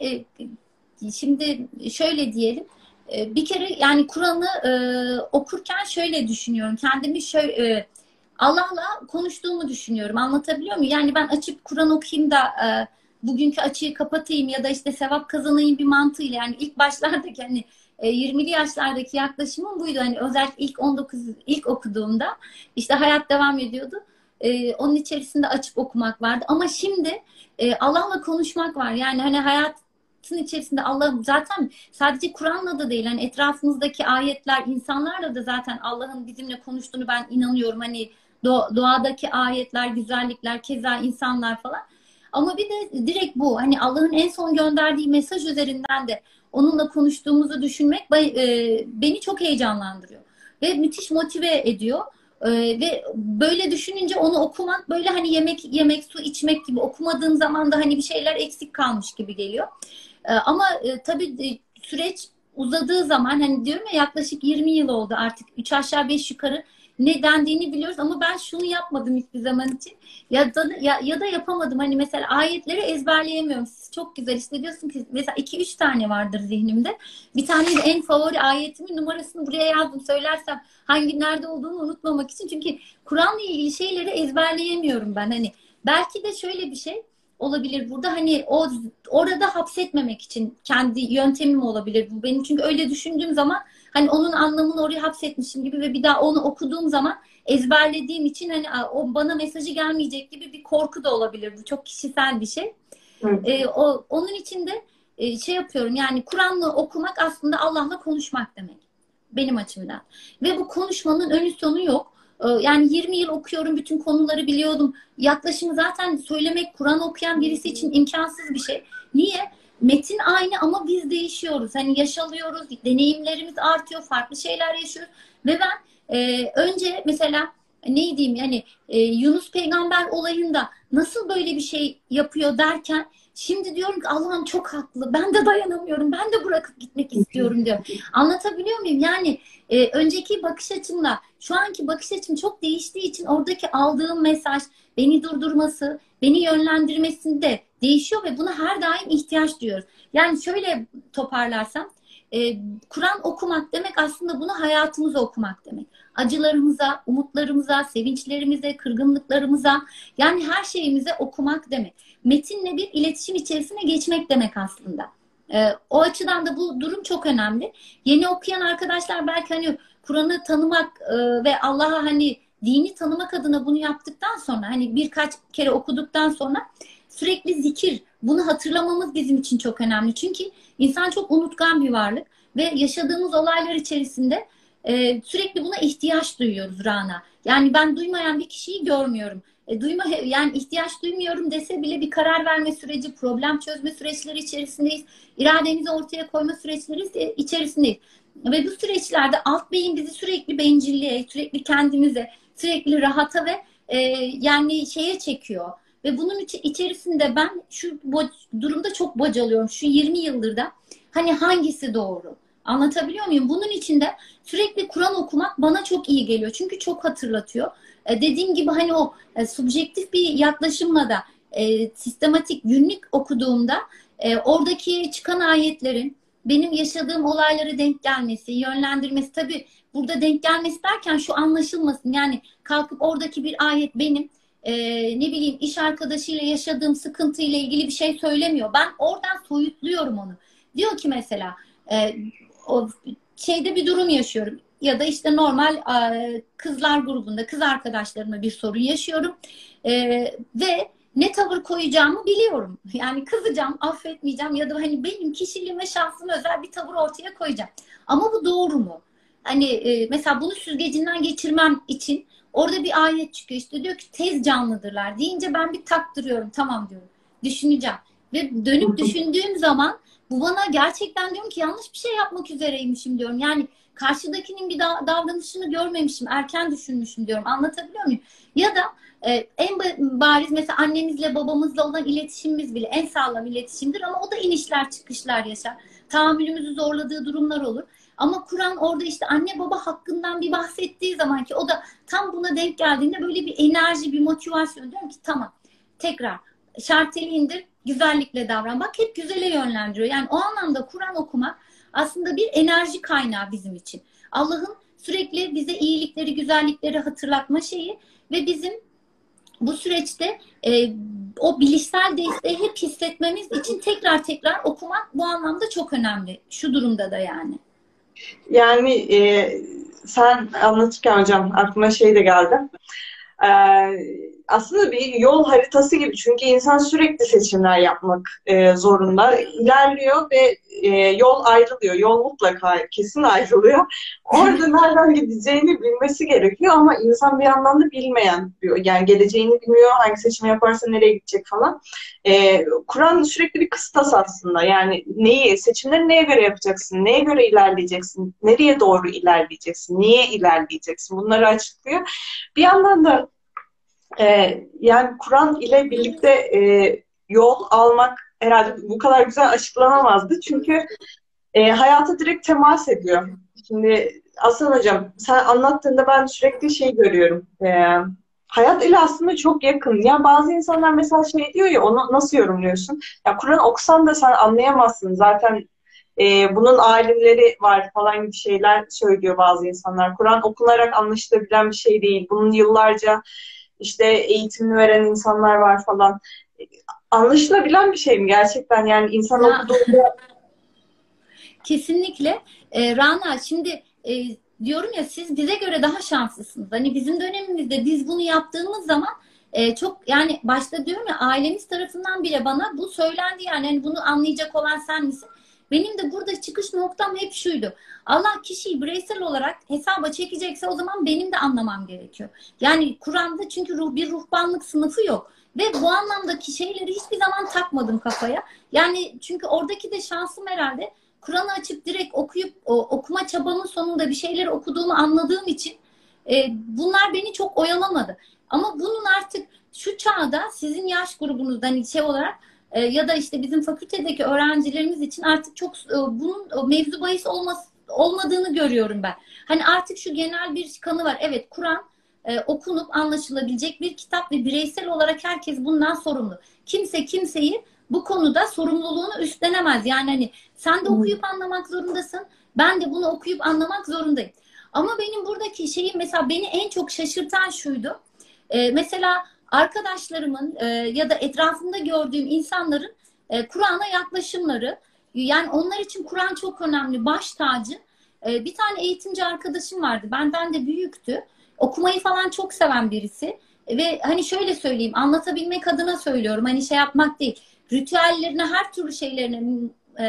şimdi şöyle diyelim. Bir kere yani Kur'an'ı okurken şöyle düşünüyorum. Kendimi şöyle Allah'la konuştuğumu düşünüyorum. Anlatabiliyor muyum? Yani ben açıp Kur'an okuyayım da bugünkü açığı kapatayım ya da işte sevap kazanayım bir mantığıyla, yani ilk başlardaki hani 20'li yaşlardaki yaklaşımım buydu. Hani özellikle ilk 19 ilk okuduğumda işte hayat devam ediyordu. Onun içerisinde açıp okumak vardı. Ama şimdi Allah'la konuşmak var. Yani hani hayatın içerisinde Allah zaten sadece Kur'an'la da değil. Hani etrafımızdaki ayetler, insanlarla da zaten Allah'ın bizimle konuştuğunu ben inanıyorum. Hani doğadaki ayetler, güzellikler, keza insanlar falan. Ama bir de direkt bu. Hani Allah'ın en son gönderdiği mesaj üzerinden de onunla konuştuğumuzu düşünmek beni çok heyecanlandırıyor. Ve müthiş motive ediyor. Ve böyle düşününce onu okumak böyle hani yemek yemek, su içmek gibi, okumadığın zaman da hani bir şeyler eksik kalmış gibi geliyor. Ama tabii süreç uzadığı zaman hani diyorum ya, yaklaşık 20 yıl oldu artık. 3 aşağı 5 yukarı ne dendiğini biliyoruz ama ben şunu yapmadım hiçbir zaman için. Ya da yapamadım. Hani mesela ayetleri ezberleyemiyorum. Siz çok güzel işte diyorsun ki mesela 2-3 tane vardır zihnimde. Bir tane de en favori ayetimin numarasını buraya yazdım. Söylersem hangi nerede olduğunu unutmamak için. Çünkü Kur'an'la ilgili şeyleri ezberleyemiyorum ben. Hani belki de şöyle bir şey olabilir burada, hani orada hapsetmemek için kendi yöntemim olabilir bu benim, çünkü öyle düşündüğüm zaman hani onun anlamını oraya hapsetmişim gibi ve bir daha onu okuduğum zaman ezberlediğim için hani o bana mesajı gelmeyecek gibi bir korku da olabilir. Bu çok kişisel bir şey. Evet. Onun için de şey yapıyorum, yani Kur'an'ı okumak aslında Allah'la konuşmak demek benim açımdan. Ve bu konuşmanın önü sonu yok. Yani 20 yıl okuyorum, bütün konuları biliyordum. Yaklaşımı zaten söylemek Kur'an okuyan birisi için imkansız bir şey. Niye? Metin aynı ama biz değişiyoruz. Hani yaşalıyoruz, deneyimlerimiz artıyor, farklı şeyler yaşıyoruz. Ve ben önce mesela ne diyeyim, yani Yunus peygamber olayında nasıl böyle bir şey yapıyor derken şimdi diyorum ki Allah'ım çok haklı. Ben de dayanamıyorum. Ben de bırakıp gitmek istiyorum diyor. Anlatabiliyor muyum? Yani önceki bakış açımla şu anki bakış açım çok değiştiği için oradaki aldığım mesaj beni durdurması, beni yönlendirmesinde değişiyor ve buna her daim ihtiyaç duyuyoruz. Yani şöyle toparlarsam Kur'an okumak demek aslında bunu hayatımıza okumak demek. Acılarımıza, umutlarımıza, sevinçlerimize, kırgınlıklarımıza, yani her şeyimize okumak demek. Metinle bir iletişim içerisine geçmek demek aslında. O açıdan da bu durum çok önemli. Yeni okuyan arkadaşlar belki hani Kur'an'ı tanımak ve Allah'a hani dini tanımak adına bunu yaptıktan sonra, hani birkaç kere okuduktan sonra sürekli zikir, bunu hatırlamamız bizim için çok önemli. Çünkü insan çok unutkan bir varlık ve yaşadığımız olaylar içerisinde sürekli buna ihtiyaç duyuyoruz Rana. Yani ben duymayan bir kişiyi görmüyorum. Yani ihtiyaç duymuyorum dese bile bir karar verme süreci, problem çözme süreçleri içerisindeyiz. İrademizi ortaya koyma süreçleri içerisindeyiz. Ve bu süreçlerde alt beyin bizi sürekli bencilliğe, sürekli kendimize, sürekli rahata ve yani şeye çekiyor. Ve bunun içerisinde ben şu durumda çok bocalıyorum. Şu 20 yıldır da hani hangisi doğru? Anlatabiliyor muyum? Bunun içinde sürekli Kur'an okumak bana çok iyi geliyor. Çünkü çok hatırlatıyor. Dediğim gibi hani o subjektif bir yaklaşımla da sistematik günlük okuduğumda oradaki çıkan ayetlerin benim yaşadığım olaylara denk gelmesi, yönlendirmesi, tabii burada denk gelmesi derken şu anlaşılmasın. Yani kalkıp oradaki bir ayet benim ne bileyim iş arkadaşıyla yaşadığım sıkıntıyla ilgili bir şey söylemiyor. Ben oradan soyutluyorum onu. Diyor ki mesela o şeyde bir durum yaşıyorum ya da işte normal kızlar grubunda kız arkadaşlarımla bir sorun yaşıyorum ve ne tavır koyacağımı biliyorum. Yani kızacağım, affetmeyeceğim ya da hani benim kişiliğime, şahsıma özel bir tavır ortaya koyacağım. Ama bu doğru mu? Hani mesela bunu süzgecinden geçirmem için orada bir ayet çıkıyor, işte diyor ki tez canlıdırlar deyince ben bir taktırıyorum, tamam diyorum. Düşüneceğim. Ve dönüp düşündüğüm zaman bu bana gerçekten diyorum ki yanlış bir şey yapmak üzereymişim diyorum. Yani karşıdakinin bir davranışını görmemişim, erken düşünmüşüm diyorum. Anlatabiliyor muyum? Ya da en bariz mesela annemizle babamızla olan iletişimimiz bile en sağlam iletişimdir ama o da inişler çıkışlar yaşar. Tahammülümüzü zorladığı durumlar olur. Ama Kur'an orada işte anne baba hakkından bir bahsettiği zaman ki o da tam buna denk geldiğinde böyle bir enerji, bir motivasyon, diyorum ki tamam tekrar şarteli indir, güzellikle davran. Bak hep güzele yönlendiriyor. Yani o anlamda Kur'an okumak aslında bir enerji kaynağı bizim için. Allah'ın sürekli bize iyilikleri, güzellikleri hatırlatma şeyi ve bizim bu süreçte o bilişsel desteği hep hissetmemiz için tekrar tekrar okumak bu anlamda çok önemli. Şu durumda da yani. Yani sen anlatırken hocam aklıma şey de geldi. Aslında bir yol haritası gibi. Çünkü insan sürekli seçimler yapmak zorunda. İlerliyor ve yol ayrılıyor. Yol mutlaka kesin ayrılıyor. Orada nereden gideceğini bilmesi gerekiyor ama insan bir yandan da bilmeyen diyor. Yani geleceğini bilmiyor, hangi seçimi yaparsa nereye gidecek falan. Kur'an sürekli bir kıstas aslında. Yani seçimleri neye göre yapacaksın, neye göre ilerleyeceksin, nereye doğru ilerleyeceksin, niye ilerleyeceksin bunları açıklıyor. Bir yandan da yani Kur'an ile birlikte yol almak herhalde bu kadar güzel açıklanamazdı. Çünkü hayata direkt temas ediyor. Şimdi Aslan Hocam sen anlattığında ben sürekli şey görüyorum. Hayat ile aslında çok yakın. Ya bazı insanlar mesela şey diyor ya onu nasıl yorumluyorsun? Ya Kur'an okusan da sen anlayamazsın. Zaten bunun alimleri var falan gibi şeyler söylüyor bazı insanlar. Kur'an okunarak anlaşılabilen bir şey değil. Bunun yıllarca işte eğitimini veren insanlar var falan. Anlaşılabilen bir şey mi gerçekten? Yani insan Ya, okuduğunda kesinlikle. Rana, şimdi diyorum ya, siz bize göre daha şanslısınız. Hani bizim dönemimizde biz bunu yaptığımız zaman çok, yani başta diyorum ya, ailemiz tarafından bile bana bu söylendi, yani hani bunu anlayacak olan sen misin? Benim de burada çıkış noktam hep şuydu. Allah kişiyi bireysel olarak hesaba çekecekse o zaman benim de anlamam gerekiyor. Yani Kur'an'da çünkü bir ruhbanlık sınıfı yok. Ve bu anlamdaki şeyleri hiçbir zaman takmadım kafaya. Yani çünkü oradaki de şansım herhalde, Kur'an'ı açıp direkt okuyup okuma çabamın sonunda bir şeyleri okuduğumu anladığım için bunlar beni çok oyalamadı. Ama bunun artık şu çağda sizin yaş grubunuzdan hani şey olarak ya da işte bizim fakültedeki öğrencilerimiz için artık çok bunun mevzu bahis olmadığını görüyorum ben. Hani artık şu genel bir kanı var. Evet, Kur'an okunup anlaşılabilecek bir kitap ve bireysel olarak herkes bundan sorumlu. Kimse kimseyi bu konuda sorumluluğunu üstlenemez. Yani hani sen de okuyup anlamak zorundasın. Ben de bunu okuyup anlamak zorundayım. Ama benim buradaki şeyi, mesela beni en çok şaşırtan şuydu. Mesela arkadaşlarımın ya da etrafımda gördüğüm insanların Kur'an'a yaklaşımları, yani onlar için Kur'an çok önemli, baş tacı. Bir tane eğitimci arkadaşım vardı. Benden de büyüktü. Okumayı falan çok seven birisi. Ve hani şöyle söyleyeyim, anlatabilmek adına söylüyorum. Hani şey yapmak değil. Ritüellerine, her türlü şeylerine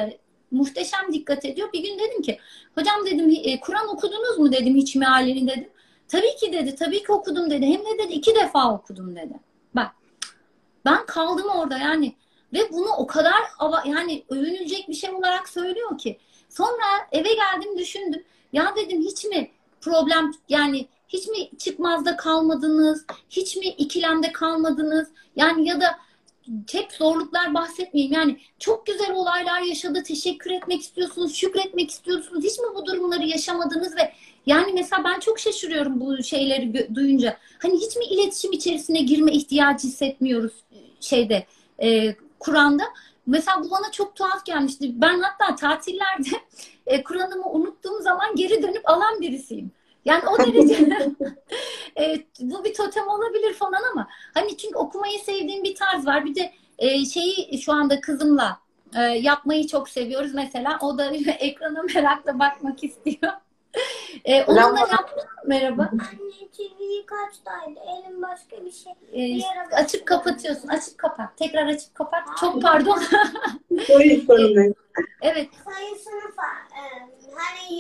muhteşem dikkat ediyor. Bir gün dedim ki, hocam dedim, Kur'an okudunuz mu dedim, hiç mealini dedim. Tabii ki dedi, tabii ki okudum dedi. Hem de dedi 2 defa okudum dedi. Bak, ben kaldım orada yani. Ve bunu o kadar yani övünülecek bir şey olarak söylüyor ki. Sonra eve geldim, düşündüm. Ya dedim, hiç mi problem, yani hiç mi çıkmazda kalmadınız? Hiç mi ikilemde kalmadınız? Yani ya da hep zorluklar bahsetmeyeyim. Yani çok güzel olaylar yaşadı. Teşekkür etmek istiyorsunuz, şükretmek istiyorsunuz. Hiç mi bu durumları yaşamadınız? Ve yani mesela ben çok şaşırıyorum bu şeyleri duyunca. Hani hiç mi iletişim içerisine girme ihtiyacı hissetmiyoruz şeyde, Kur'an'da? Mesela bu bana çok tuhaf gelmişti. Ben hatta tatillerde Kur'an'ımı unuttuğum zaman geri dönüp alan birisiyim. Yani o derece bu bir totem olabilir falan ama hani çünkü okumayı sevdiğim bir tarz var. Bir de şeyi şu anda kızımla yapmayı çok seviyoruz mesela. O da ekrana merakla bakmak istiyor. Onunla merhaba. Anne TV'yi kaçtaydı? Elim başka bir şey. Açıp kapatıyorsun. Açıp kapat. Tekrar açıp kapat. Çok pardon. sorun değil. Evet. Sayısını hani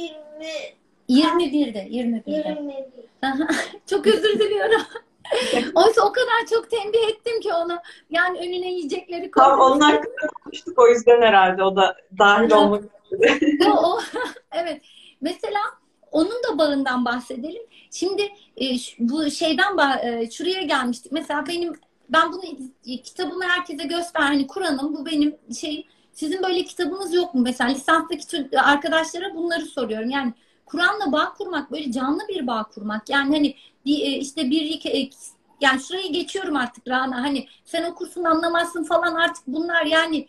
21'de. 21. Çok özür diliyorum. Oysa o kadar çok tembih ettim ki ona. Yani önüne yiyecekleri koydum. Tam onun hakkında konuştuk o yüzden herhalde o da dahil olmak istedi. Evet. Mesela onun da bağından bahsedelim. Şimdi bu şeyden şuraya gelmiştik. Mesela ben bunu kitabımı herkese göster. Hani Kur'an'ım bu benim şey. Sizin böyle kitabınız yok mu? Mesela lisanstaki arkadaşlara bunları soruyorum. Yani Kur'an'la bağ kurmak, böyle canlı bir bağ kurmak. Yani hani işte yani şurayı geçiyorum artık Rana. Hani sen okursun anlamazsın falan, artık bunlar yani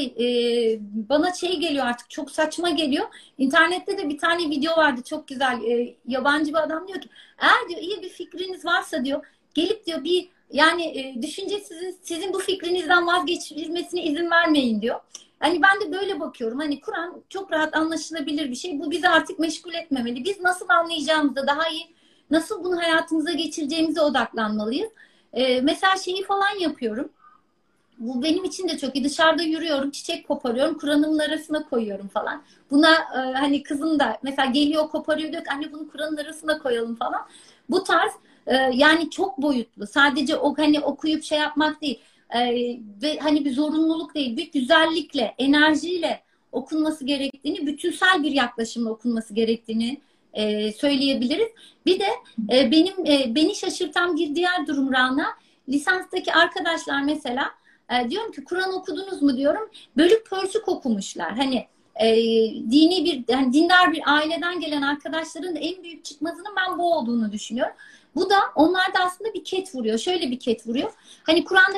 bana şey geliyor, artık çok saçma geliyor. İnternette de bir tane video vardı çok güzel. Yabancı bir adam diyor ki, eğer diyor iyi bir fikriniz varsa diyor, gelip diyor bir Yani düşünce sizin bu fikrinizden vazgeçilmesine izin vermeyin diyor. Hani ben de böyle bakıyorum. Hani Kur'an çok rahat anlaşılabilir bir şey. Bu bizi artık meşgul etmemeli. Biz nasıl anlayacağımıza, daha iyi nasıl bunu hayatımıza geçireceğimize odaklanmalıyız. Mesela şeyi falan yapıyorum. Bu benim için de çok iyi. Dışarıda yürüyorum, çiçek koparıyorum, Kur'an'ımın arasına koyuyorum falan. Buna hani kızım da mesela geliyor koparıyor diyor ki anne bunu Kur'an'ın arasına koyalım falan. Bu tarz yani çok boyutlu. Sadece o hani okuyup şey yapmak değil. Ve hani bir zorunluluk değil. Bir güzellikle, enerjiyle okunması gerektiğini, bütünsel bir yaklaşımla okunması gerektiğini söyleyebiliriz. Bir de beni şaşırtan bir diğer durum Rana. Lisanstaki arkadaşlar mesela diyorum ki Kur'an okudunuz mu diyorum. Bölük pörçük okumuşlar. Hani dini bir yani dindar bir aileden gelen arkadaşların da en büyük çıkmazının ben bu olduğunu düşünüyorum. Bu da onlarda aslında bir ket vuruyor. Şöyle bir ket vuruyor. Hani Kur'an'da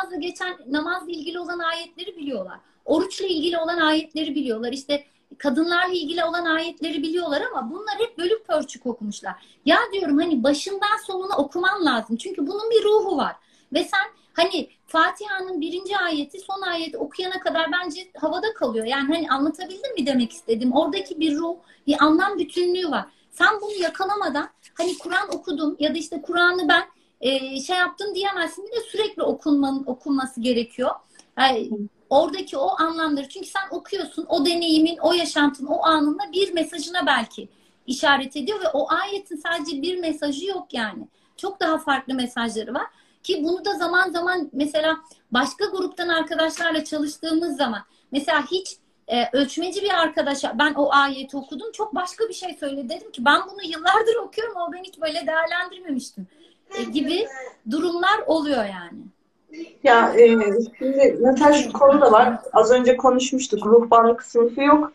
namazla ilgili olan ayetleri biliyorlar. Oruçla ilgili olan ayetleri biliyorlar. İşte kadınlarla ilgili olan ayetleri biliyorlar ama bunlar hep bölük pörçük okumuşlar. Ya diyorum hani başından sonuna okuman lazım. Çünkü bunun bir ruhu var. Ve sen hani Fatiha'nın birinci ayeti son ayeti okuyana kadar bence havada kalıyor. Yani hani anlatabildim mi demek istedim? Oradaki bir ruh, bir anlam bütünlüğü var. Sen bunu yakalamadan hani Kur'an okudum ya da işte Kur'an'ı ben şey yaptım diyemezsin. Bir de sürekli okunması gerekiyor. Yani oradaki o anlamları. Çünkü sen okuyorsun o deneyimin, o yaşantın, o anında bir mesajına belki işaret ediyor ve o ayetin sadece bir mesajı yok yani. Çok daha farklı mesajları var. Ki bunu da zaman zaman mesela başka gruptan arkadaşlarla çalıştığımız zaman mesela hiç ölçmeci bir arkadaşa ben o ayeti okudum çok başka bir şey söyledi dedim ki ben bunu yıllardır okuyorum ama ben hiç böyle değerlendirmemiştim gibi durumlar oluyor yani. Ya şimdi mesela şu konu da var. Az önce konuşmuştuk. Ruhbanlık sınıfı yok.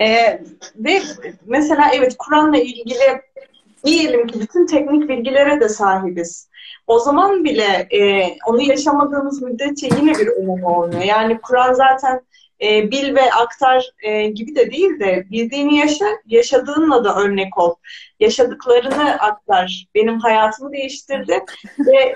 Ve mesela evet Kur'an'la ilgili diyelim ki bütün teknik bilgilere de sahibiz. O zaman bile onu yaşamadığımız müddetçe yine bir önemi olmuyor. Yani Kur'an zaten bil ve aktar gibi de değil de bildiğini yaşa, yaşadığınla da örnek ol. Yaşadıklarını aktar. Benim hayatımı değiştirdi ve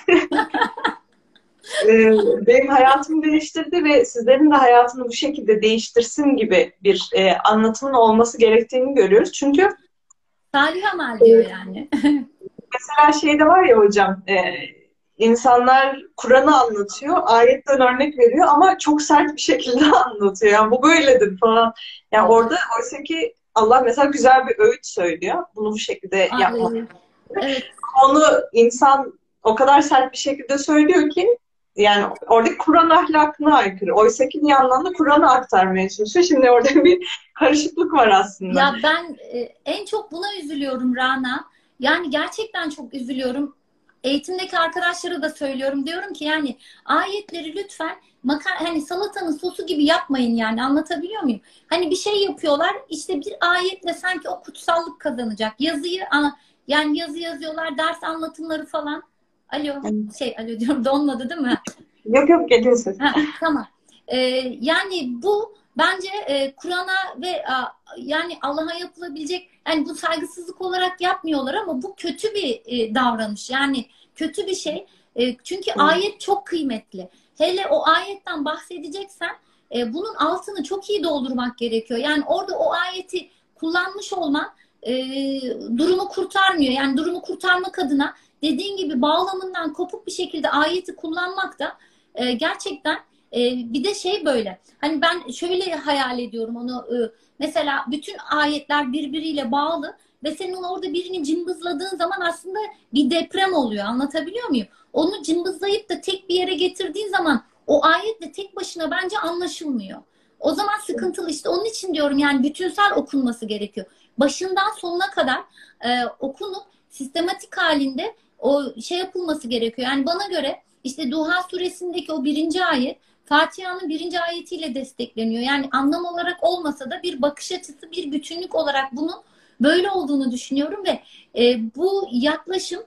benim hayatımı değiştirdi ve sizlerin de hayatını bu şekilde değiştirsin gibi bir anlatımın olması gerektiğini görüyoruz. Çünkü Salih amel diyor yani. mesela şeyde var ya hocam, insanlar Kur'an'ı anlatıyor, ayetten örnek veriyor ama çok sert bir şekilde anlatıyor. Yani bu böyledir falan. Yani orada oysa ki Allah mesela güzel bir öğüt söylüyor. Bunu bu şekilde yapmak. Evet. Onu insan o kadar sert bir şekilde söylüyor ki yani oradaki Kur'an ahlakına aykırı. Oysa ki bir yandan da Kur'an'ı aktarmaya çalışıyor. Şimdi orada bir karışıklık var aslında. Ya ben en çok buna üzülüyorum Rana. Yani gerçekten çok üzülüyorum. Eğitimdeki arkadaşlara da söylüyorum. Diyorum ki yani ayetleri lütfen hani salatanın sosu gibi yapmayın yani anlatabiliyor muyum? Hani bir şey yapıyorlar işte bir ayetle sanki o kutsallık kazanacak. Yani yazı yazıyorlar ders anlatımları falan. Alo alo diyorum donmadı değil mi? Yok yok geliyorsun. Tamam. Yani bu bence Kur'an'a ve yani Allah'a yapılabilecek yani bu saygısızlık olarak yapmıyorlar ama bu kötü bir davranış. Yani kötü bir şey. Çünkü ayet çok kıymetli. Hele o ayetten bahsedeceksen bunun altını çok iyi doldurmak gerekiyor. Yani orada o ayeti kullanmış olman durumu kurtarmıyor. Yani durumu kurtarmak adına dediğin gibi bağlamından kopuk bir şekilde ayeti kullanmak da gerçekten bir de şey böyle hani ben şöyle hayal ediyorum onu mesela bütün ayetler birbiriyle bağlı ve senin orada birini cımbızladığın zaman aslında bir deprem oluyor anlatabiliyor muyum? Onu cımbızlayıp da tek bir yere getirdiğin zaman o ayetle tek başına bence anlaşılmıyor. O zaman sıkıntılı işte onun için diyorum yani bütünsel okunması gerekiyor. Başından sonuna kadar okunup sistematik halinde o şey yapılması gerekiyor. Yani bana göre işte Duha suresindeki o birinci ayet Fatiha'nın birinci ayetiyle destekleniyor. Yani anlam olarak olmasa da bir bakış açısı, bir bütünlük olarak bunun böyle olduğunu düşünüyorum ve bu yaklaşım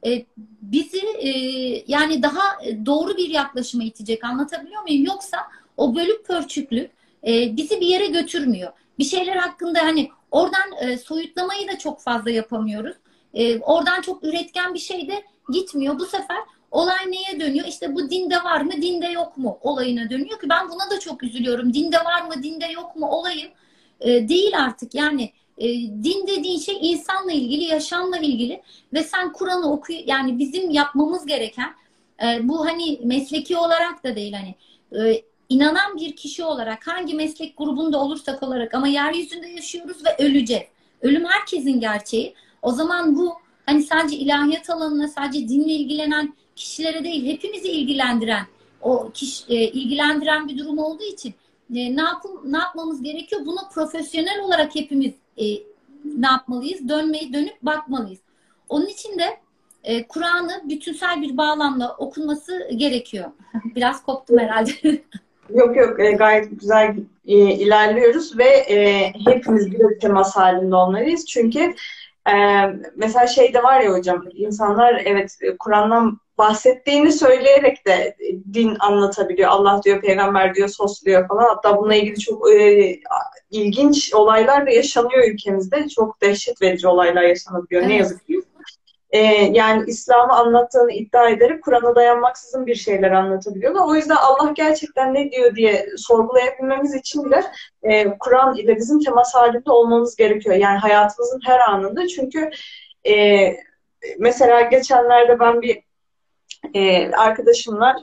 bizi yani daha doğru bir yaklaşıma itecek. Anlatabiliyor muyum? Yoksa o bölük pörçüklük bizi bir yere götürmüyor. Bir şeyler hakkında hani oradan soyutlamayı da çok fazla yapamıyoruz. Oradan çok üretken bir şey de gitmiyor. Bu sefer olay neye dönüyor? İşte bu dinde var mı, dinde yok mu olayına dönüyor ki ben buna da çok üzülüyorum. Dinde var mı, dinde yok mu olayı değil artık. Yani din dediğin şey insanla ilgili, yaşamla ilgili ve sen Kur'an'ı yani bizim yapmamız gereken bu hani mesleki olarak da değil hani inanan bir kişi olarak hangi meslek grubunda olursak olarak ama yeryüzünde yaşıyoruz ve öleceğiz. Ölüm herkesin gerçeği. O zaman bu hani sadece ilahiyat alanına, sadece dinle ilgilenen kişilere değil, hepimizi ilgilendiren, ilgilendiren bir durum olduğu için ne yapmamız gerekiyor? Bunu profesyonel olarak hepimiz ne yapmalıyız? Dönüp bakmalıyız. Onun için de Kur'an'ı bütünsel bir bağlamda okunması gerekiyor. Biraz koptum herhalde. Yok yok, gayet güzel ilerliyoruz ve hepimiz bir temas halinde olmalıyız. Çünkü mesela şey de var ya hocam, insanlar evet Kur'an'dan bahsettiğini söyleyerek de din anlatabiliyor. Allah diyor, peygamber diyor, sosluyor falan. Hatta bununla ilgili çok ilginç olaylar da yaşanıyor ülkemizde. Çok dehşet verici olaylar yaşanabiliyor. Evet. Ne yazık ki. Yani İslam'ı anlattığını iddia ederek Kur'an'a dayanmaksızın bir şeyler anlatabiliyorlar. O yüzden Allah gerçekten ne diyor diye sorgulayabilmemiz için de Kur'an ile bizim temas halinde olmamız gerekiyor. Yani hayatımızın her anında. Çünkü mesela geçenlerde ben bir arkadaşımla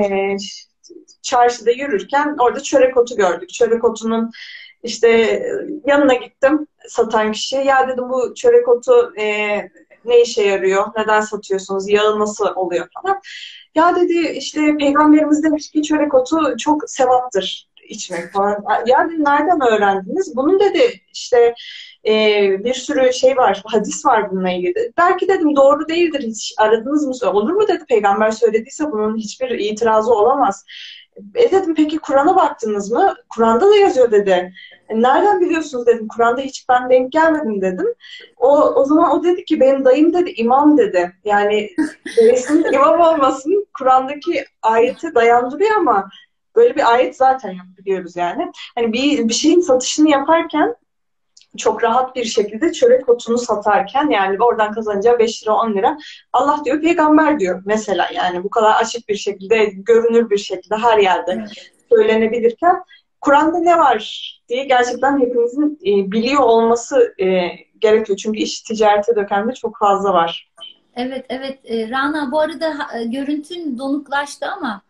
çarşıda yürürken orada çörek otu gördük. Çörek otunun işte yanına gittim satan kişiye. Ya dedim, bu çörek otu ne işe yarıyor? Neden satıyorsunuz? Yağı nasıl oluyor falan. Ya dedi, işte Peygamberimiz demiş ki çörek otu çok sevaptır içmek falan. Ya dedim, nereden öğrendiniz? Bunun dedi işte bir sürü şey var, hadis var bununla ilgili. Belki dedim doğru değildir, hiç aradınız mı? Olur mu dedi, peygamber söylediyse bunun hiçbir itirazı olamaz. Dedim, peki Kur'an'a baktınız mı? Kur'an'da da yazıyor dedi. Nereden biliyorsunuz dedim. Kur'an'da hiç ben denk gelmedim dedim. O zaman o dedi ki benim dayım dedi imam dedi. Yani resmin imam olmasın Kur'an'daki ayete dayandırıyor ama böyle bir ayet zaten yok, biliyoruz yani. Hani bir şeyin satışını yaparken çok rahat bir şekilde çörek otunu satarken yani oradan kazanacağı 5 lira 10 lira Allah diyor, peygamber diyor mesela, yani bu kadar açık bir şekilde, görünür bir şekilde her yerde söylenebilirken Kur'an'da ne var diye gerçekten hepimizin biliyor olması gerekiyor. Çünkü iş ticarete döken de çok fazla var. Evet, evet. Rana, bu arada görüntün donuklaştı ama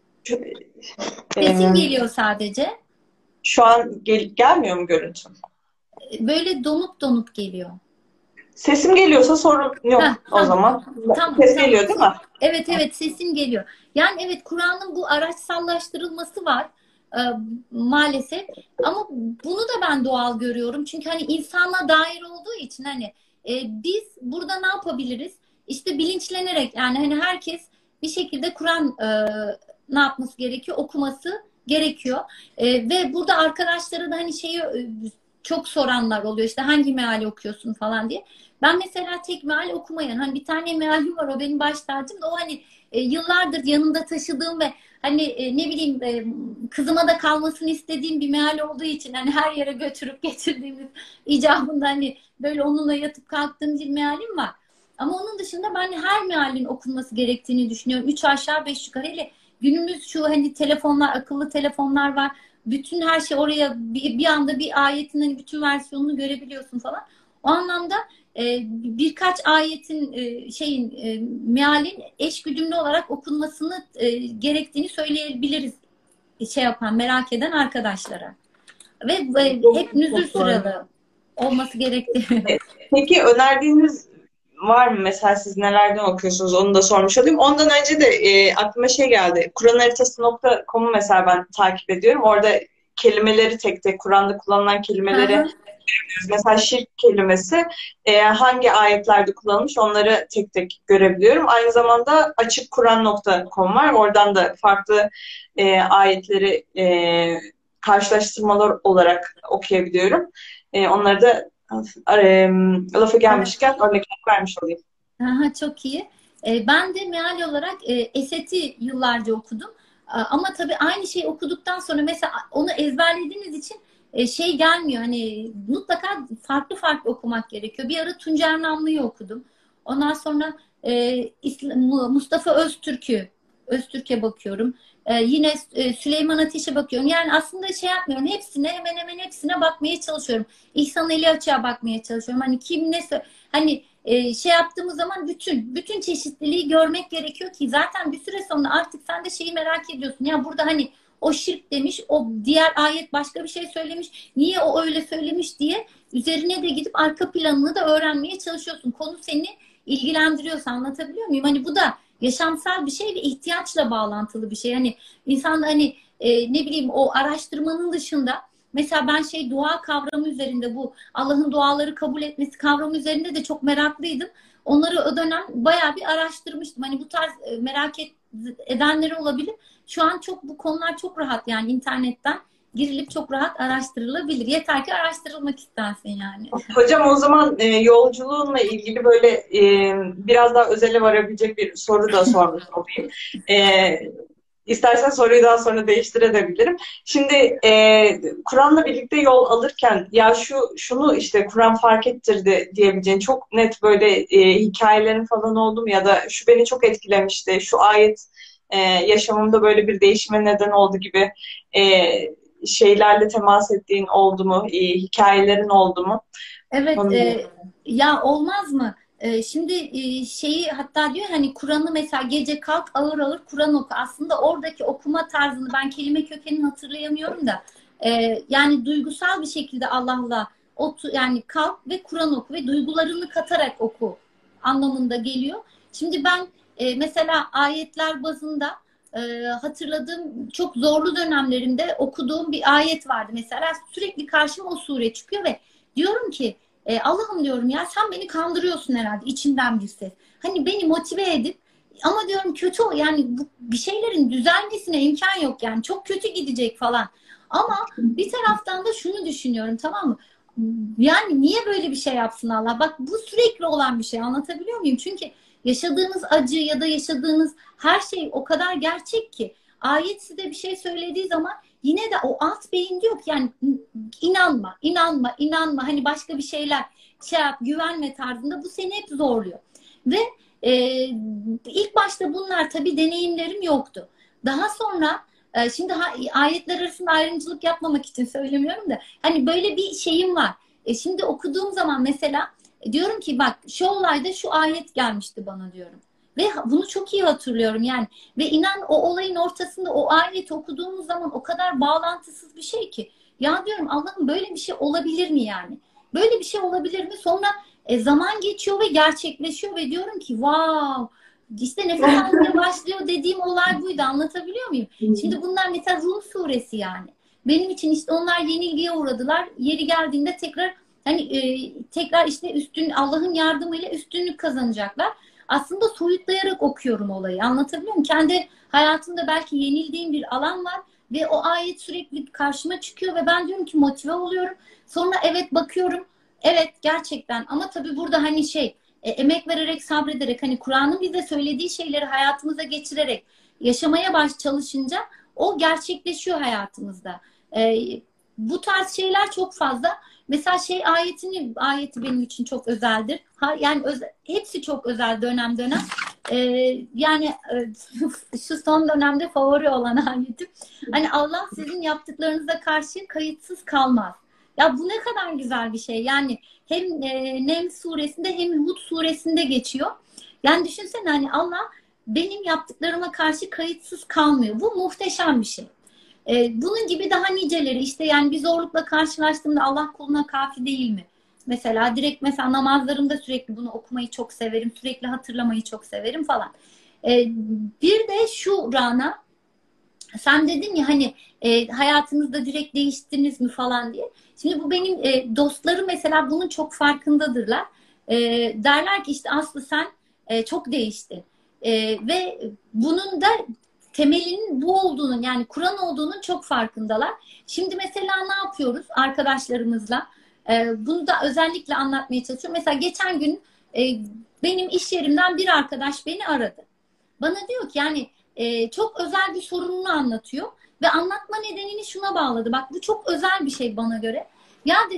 sesin geliyor sadece. Şu an gelmiyor mu görüntüm? Böyle donup donup geliyor. Sesim geliyorsa sorun yok Heh, o tamam. zaman. Tamam, Ses tamam. geliyor değil mi? Evet, evet, sesin geliyor. Yani evet, Kur'an'ın bu araçsallaştırılması var maalesef. Ama bunu da ben doğal görüyorum. Çünkü hani insana dair olduğu için hani biz burada ne yapabiliriz? İşte bilinçlenerek, yani hani herkes bir şekilde Kur'an ne yapması gerekiyor? Okuması gerekiyor. Ve burada arkadaşlara da hani şeyi çok soranlar oluyor. İşte hangi meali okuyorsun falan diye. Ben mesela tek meal okumayan, hani bir tane mealim var, o benim baş tacım da, o hani yıllardır yanımda taşıdığım ve hani ne bileyim kızıma da kalmasını istediğim bir meal olduğu için hani her yere götürüp getirdiğimiz icabında hani böyle onunla yatıp kalktığım bir mealim var. Ama onun dışında ben her mealin okunması gerektiğini düşünüyorum. 3 aşağı 5 yukarı. Hele günümüz şu hani telefonlar, akıllı telefonlar var. Bütün her şey oraya bir anda bir ayetin hani bütün versiyonunu görebiliyorsun falan. O anlamda birkaç ayetin mealin eşgüdümlü olarak okunmasını gerektiğini söyleyebiliriz şey yapan, merak eden arkadaşlara. Ve hep nüzul sıralı olması gerektiği. Peki önerdiğiniz var mı? Mesela siz nelerden okuyorsunuz? Onu da sormuş olayım. Ondan önce de aklıma şey geldi. Kur'anharitası.com'u mesela ben takip ediyorum. Orada kelimeleri tek tek, Kur'an'da kullanılan kelimeleri görebiliyoruz. Mesela şirk kelimesi hangi ayetlerde kullanılmış onları tek tek görebiliyorum. Aynı zamanda açıkkuran.com var. Oradan da farklı ayetleri karşılaştırmalar olarak okuyabiliyorum. Onları da lafı gelmişken örnek vermiş olayım. Aha, çok iyi. Ben de meal olarak Eset'i yıllarca okudum. Ama tabii aynı şeyi okuduktan sonra mesela onu ezberlediğiniz için şey gelmiyor. Hani mutlaka farklı farklı okumak gerekiyor. Bir ara Tuncer Namlı'yı okudum. Ondan sonra Mustafa Öztürk'e bakıyorum. Yine Süleyman Ateş'e bakıyorum. Yani aslında şey yapmıyorum. Hepsine, hemen hemen hepsine bakmaya çalışıyorum. İhsan Eli Açık'a bakmaya çalışıyorum. Hani kim ne hani şey yaptığımız zaman bütün çeşitliliği görmek gerekiyor ki zaten bir süre sonra artık sen de şeyi merak ediyorsun. Ya burada hani o şirk demiş, o diğer ayet başka bir şey söylemiş. Niye o öyle söylemiş diye üzerine de gidip arka planını da öğrenmeye çalışıyorsun. Konu seni ilgilendiriyorsa, anlatabiliyor muyum? Hani bu da yaşamsal bir şey ve ihtiyaçla bağlantılı bir şey. Hani insan hani ne bileyim o araştırmanın dışında mesela ben dua kavramı üzerinde, bu Allah'ın duaları kabul etmesi kavramı üzerinde de çok meraklıydım. Onları o dönem bayağı bir araştırmıştım. Hani bu tarz edenleri olabilir. Şu an çok bu konular çok rahat, yani internetten girilip çok rahat araştırılabilir. Yeter ki araştırılmak istensin yani. Hocam o zaman yolculuğunla ilgili böyle biraz daha özele varabilecek bir soru da sormuş olayım. İstersen soruyu daha sonra değiştirebilirim. Şimdi Kur'an'la birlikte yol alırken ya şunu işte Kur'an fark ettirdi diyebileceğin çok net böyle hikayelerin falan oldu mu, ya da şu beni çok etkilemişti, şu ayet yaşamımda böyle bir değişime neden oldu gibi şeylerle temas ettiğin oldu mu? Hikayelerin oldu mu? Evet, Onu ya olmaz mı? Şimdi şeyi hatta diyor hani Kur'an'ı mesela gece kalk ağır ağır Kur'an oku. Aslında oradaki okuma tarzını ben kelime kökenini hatırlayamıyorum da yani duygusal bir şekilde Allah'la yani kalk ve Kur'an oku ve duygularını katarak oku anlamında geliyor. Şimdi ben mesela ayetler bazında hatırladığım çok zorlu dönemlerimde okuduğum bir ayet vardı. Mesela sürekli karşıma o sure çıkıyor ve diyorum ki Allah'ım diyorum ya sen beni kandırıyorsun herhalde, içimden bir ses. Hani beni motive edip ama diyorum kötü o yani bir şeylerin düzelmesine imkan yok yani çok kötü gidecek falan. Ama bir taraftan da şunu düşünüyorum, tamam mı? Yani niye böyle bir şey yapsın Allah? Bak bu sürekli olan bir şey, anlatabiliyor muyum? Çünkü yaşadığınız acı ya da yaşadığınız her şey o kadar gerçek ki ayet size bir şey söylediği zaman yine de o alt beyin diyor ki yani inanma hani başka bir şeyler şey yap, güvenme tarzında bu seni hep zorluyor. Ve ilk başta bunlar tabii deneyimlerim yoktu. Daha sonra şimdi ayetler arasında ayrımcılık yapmamak için söylemiyorum da hani böyle bir şeyim var. Şimdi okuduğum zaman mesela diyorum ki bak şu olayda şu ayet gelmişti bana diyorum. Ve bunu çok iyi hatırlıyorum yani. Ve inan o olayın ortasında o ayeti okuduğumuz zaman o kadar bağlantısız bir şey ki. Ya diyorum Allah'ım böyle bir şey olabilir mi yani? Böyle bir şey olabilir mi? Sonra zaman geçiyor ve gerçekleşiyor ve diyorum ki wow, işte nefes almaya başlıyor dediğim olay buydu, anlatabiliyor muyum? Şimdi bunlar mesela Rum suresi yani. Benim için işte onlar yenilgiye uğradılar. Yeri geldiğinde tekrar hani tekrar işte Allah'ın yardımıyla üstünlük kazanacaklar. Aslında soyutlayarak okuyorum olayı. Anlatabiliyor muyum? Kendi hayatımda belki yenildiğim bir alan var ve o ayet sürekli karşıma çıkıyor ve ben diyorum ki motive oluyorum. Sonra evet bakıyorum. Evet gerçekten ama tabii burada hani emek vererek, sabrederek, hani Kur'an'ın bize söylediği şeyleri hayatımıza geçirerek yaşamaya çalışınca o gerçekleşiyor hayatımızda. Bu tarz şeyler çok fazla. Mesela ayeti benim için çok özeldir. Yani hepsi çok özel dönem dönem. Yani şu son dönemde favori olan ayetim. Hani Allah sizin yaptıklarınıza karşı kayıtsız kalmaz. Ya bu ne kadar güzel bir şey. Yani hem Nem suresinde hem Hud suresinde geçiyor. Yani düşünsene hani Allah benim yaptıklarıma karşı kayıtsız kalmıyor. Bu muhteşem bir şey. Bunun gibi daha niceleri işte yani bir zorlukla karşılaştığımda Allah kuluna kafi değil mi? Mesela direkt mesela namazlarımda sürekli bunu okumayı çok severim. Sürekli hatırlamayı çok severim falan. Bir de şu Rana, sen dedin ya hani hayatınızda direkt değiştiniz mi falan diye. Şimdi bu benim dostlarım mesela bunun çok farkındadırlar. Derler ki işte Aslı sen çok değiştin. Ve bunun da temelinin bu olduğunun yani Kur'an olduğunun çok farkındalar. Şimdi mesela ne yapıyoruz arkadaşlarımızla? Bunu da özellikle anlatmaya çalışıyorum. Mesela geçen gün benim iş yerimden bir arkadaş beni aradı. Bana diyor ki yani çok özel bir sorununu anlatıyor ve anlatma nedenini şuna bağladı. Bak bu çok özel bir şey bana göre. Ya dedi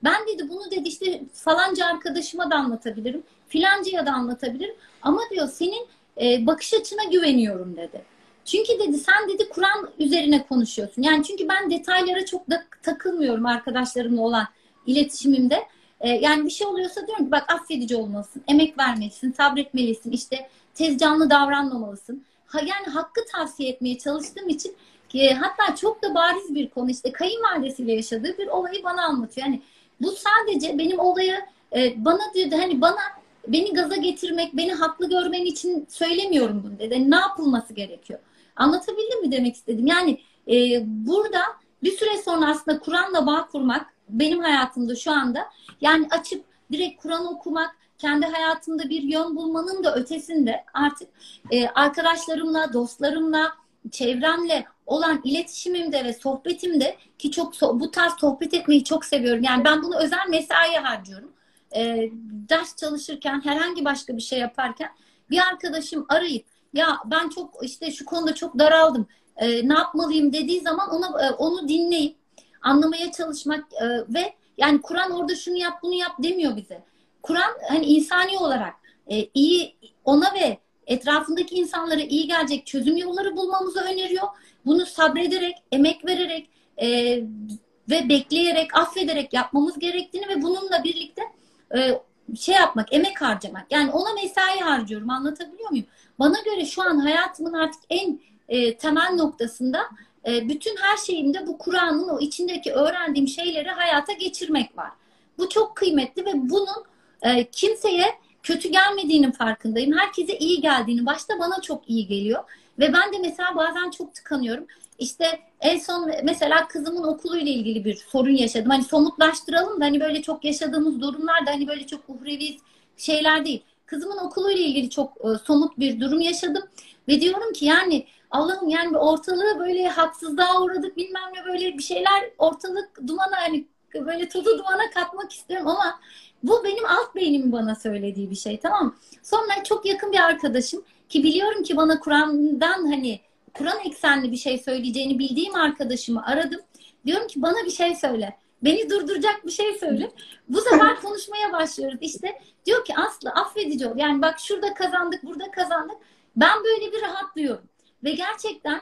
Ben dedi bunu dedi işte falanca arkadaşıma da anlatabilirim. Filancaya da anlatabilirim. Ama diyor senin bakış açına güveniyorum dedi. Çünkü dedi sen dedi Kur'an üzerine konuşuyorsun. Yani çünkü ben detaylara çok da takılmıyorum arkadaşlarımla olan iletişimimde. Yani bir şey oluyorsa diyorum ki bak affedici olmalısın, emek vermelisin, sabretmelisin, işte tez canlı davranmamalısın. Yani hakkı tavsiye etmeye çalıştığım için hatta çok da bariz bir konu işte kayınvalidesiyle yaşadığı bir olayı bana anlatıyor. Yani bu sadece benim olayı bana diyor hani beni gaza getirmek, beni haklı görmen için söylemiyorum bunu dedi. Yani ne yapılması gerekiyor? Anlatabildim mi demek istedim? Yani burada bir süre sonra aslında Kur'an'la bağ kurmak benim hayatımda şu anda yani açıp direkt Kur'an okumak, kendi hayatımda bir yön bulmanın da ötesinde artık arkadaşlarımla, dostlarımla, çevremle olan iletişimimde ve sohbetimde ki çok bu tarz sohbet etmeyi çok seviyorum. Yani ben bunu özel mesaiye harcıyorum. Ders çalışırken, herhangi başka bir şey yaparken bir arkadaşım arayıp ya ben çok işte şu konuda çok daraldım. Ne yapmalıyım dediği zaman onu dinleyip anlamaya çalışmak ve yani Kur'an orada şunu yap bunu yap demiyor bize. Kur'an hani insani olarak iyi ona ve etrafındaki insanlara iyi gelecek çözüm yolları bulmamızı öneriyor. Bunu sabrederek, emek vererek ve bekleyerek, affederek yapmamız gerektiğini ve bununla birlikte şey yapmak, emek harcamak. Yani ona mesai harcıyorum. Anlatabiliyor muyum? Bana göre şu an hayatımın artık en temel noktasında bütün her şeyimde bu Kur'an'ın o içindeki öğrendiğim şeyleri hayata geçirmek var. Bu çok kıymetli ve bunun kimseye kötü gelmediğinin farkındayım. Herkese iyi geldiğini, başta bana çok iyi geliyor. Ve ben de mesela bazen çok tıkanıyorum. İşte en son mesela kızımın okuluyla ilgili bir sorun yaşadım. Hani somutlaştıralım da hani böyle çok yaşadığımız durumlar da hani böyle çok uhrevi şeyler değil. Kızımın okuluyla ilgili çok somut bir durum yaşadım. Ve diyorum ki yani Allah'ım yani bir ortalığı böyle haksızlığa uğradık bilmem ne böyle bir şeyler ortalık dumana hani böyle tozu dumana katmak istiyorum ama bu benim alt beynimin bana söylediği bir şey, tamam mı? Sonra çok yakın bir arkadaşım ki biliyorum ki bana Kur'an'dan hani Kur'an eksenli bir şey söyleyeceğini bildiğim arkadaşımı aradım. Diyorum ki bana bir şey söyle. Beni durduracak bir şey söyle. Bu sefer konuşmaya başlıyoruz. İşte diyor ki Aslı affedici ol. Yani bak şurada kazandık, burada kazandık. Ben böyle bir rahatlıyorum. Ve gerçekten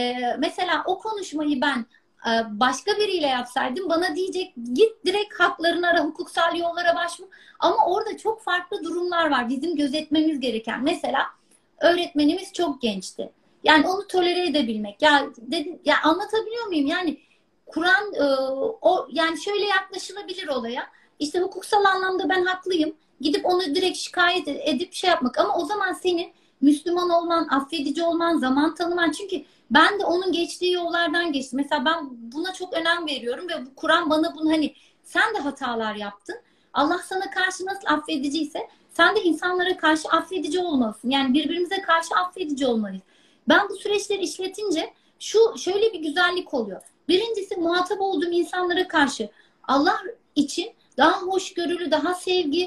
mesela o konuşmayı ben başka biriyle yapsaydım bana diyecek git direkt haklarını ara, hukuksal yollara başvur. Ama orada çok farklı durumlar var bizim gözetmemiz gereken. Mesela öğretmenimiz çok gençti. Yani onu tolere edebilmek. Ya anlatabiliyor muyum? Yani Kur'an o yani şöyle yaklaşılabilir olaya. İşte hukuksal anlamda ben haklıyım. Gidip onu direkt şikayet edip şey yapmak. Ama o zaman senin Müslüman olman, affedici olman, zaman tanıman. Çünkü ben de onun geçtiği yollardan geçtim. Mesela ben buna çok önem veriyorum ve bu Kur'an bana bunu hani sen de hatalar yaptın. Allah sana karşı nasıl affediciyse sen de insanlara karşı affedici olmalısın. Yani birbirimize karşı affedici olmalıyız. Ben bu süreçleri işletince şöyle bir güzellik oluyor. Birincisi muhatap olduğum insanlara karşı Allah için daha hoşgörülü, daha sevgi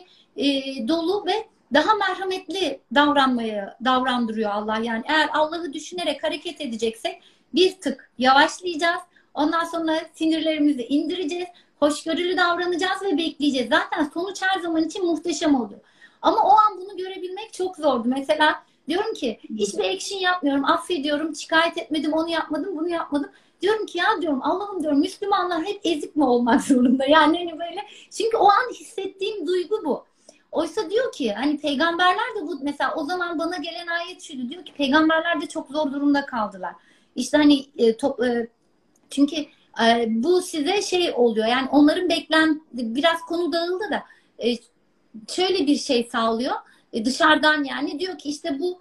dolu ve daha merhametli davrandırıyor Allah. Yani eğer Allah'ı düşünerek hareket edeceksek bir tık yavaşlayacağız. Ondan sonra sinirlerimizi indireceğiz. Hoşgörülü davranacağız ve bekleyeceğiz. Zaten sonuç her zaman için muhteşem oluyor. Ama o an bunu görebilmek çok zordu. Mesela diyorum ki hiçbir action yapmıyorum, affediyorum, şikayet etmedim, onu yapmadım, bunu yapmadım. Diyorum ki ya diyorum Allah'ım diyorum Müslümanlar hep ezik mi olmak zorunda? Yani hani böyle çünkü o an hissettiğim duygu bu. Oysa diyor ki hani peygamberler de bu mesela o zaman bana gelen ayet şuydu diyor ki peygamberler de çok zor durumda kaldılar. İşte hani çünkü bu size şey oluyor yani onların biraz konu dağıldı da şöyle bir şey sağlıyor dışarıdan yani diyor ki işte bu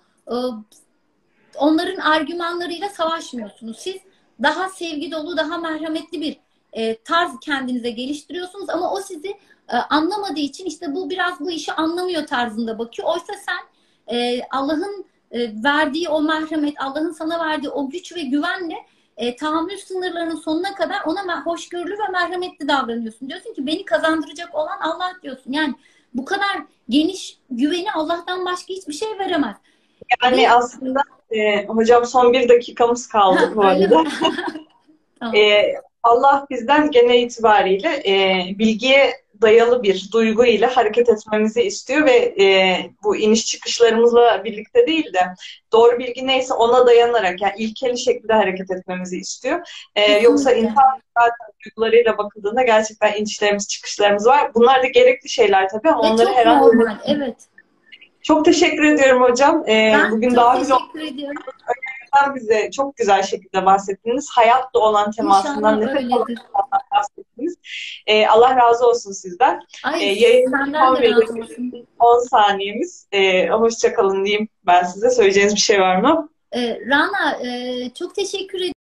onların argümanlarıyla savaşmıyorsunuz. Siz daha sevgi dolu, daha merhametli bir tarz kendinize geliştiriyorsunuz ama o sizi anlamadığı için işte bu biraz bu işi anlamıyor tarzında bakıyor. Oysa sen Allah'ın verdiği o merhamet, Allah'ın sana verdiği o güç ve güvenle tahammül sınırlarının sonuna kadar ona hoşgörülü ve merhametli davranıyorsun. Diyorsun ki beni kazandıracak olan Allah diyorsun. Yani bu kadar geniş güveni Allah'tan başka hiçbir şey veremez. Yani aslında hocam son bir dakikamız kaldı bu arada. Tamam. Allah bizden genel itibariyle bilgiye dayalı bir duygu ile hareket etmemizi istiyor ve bu iniş çıkışlarımızla birlikte değil de doğru bilgi neyse ona dayanarak, yani ilkeli şekilde hareket etmemizi istiyor. Yoksa Kesinlikle. insan zaten duygularıyla bakıldığında gerçekten inişlerimiz çıkışlarımız var. Bunlar da gerekli şeyler tabii ama Ve onları çok her an... normal. Evet. Çok teşekkür ediyorum hocam. Ben Bugün çok daha güzel teşekkür ediyorum. bize çok güzel şekilde bahsettiniz. Hayatla olan temasından İnşallah nefes öyledir. almaktan bahsettiniz. Allah razı olsun sizden. Ay Yayının senden son de verilmiş razı olsun. 10 saniyemiz. Hoşça kalın diyeyim ben size. Söyleyeceğiniz bir şey var mı? Rana çok teşekkür ederim.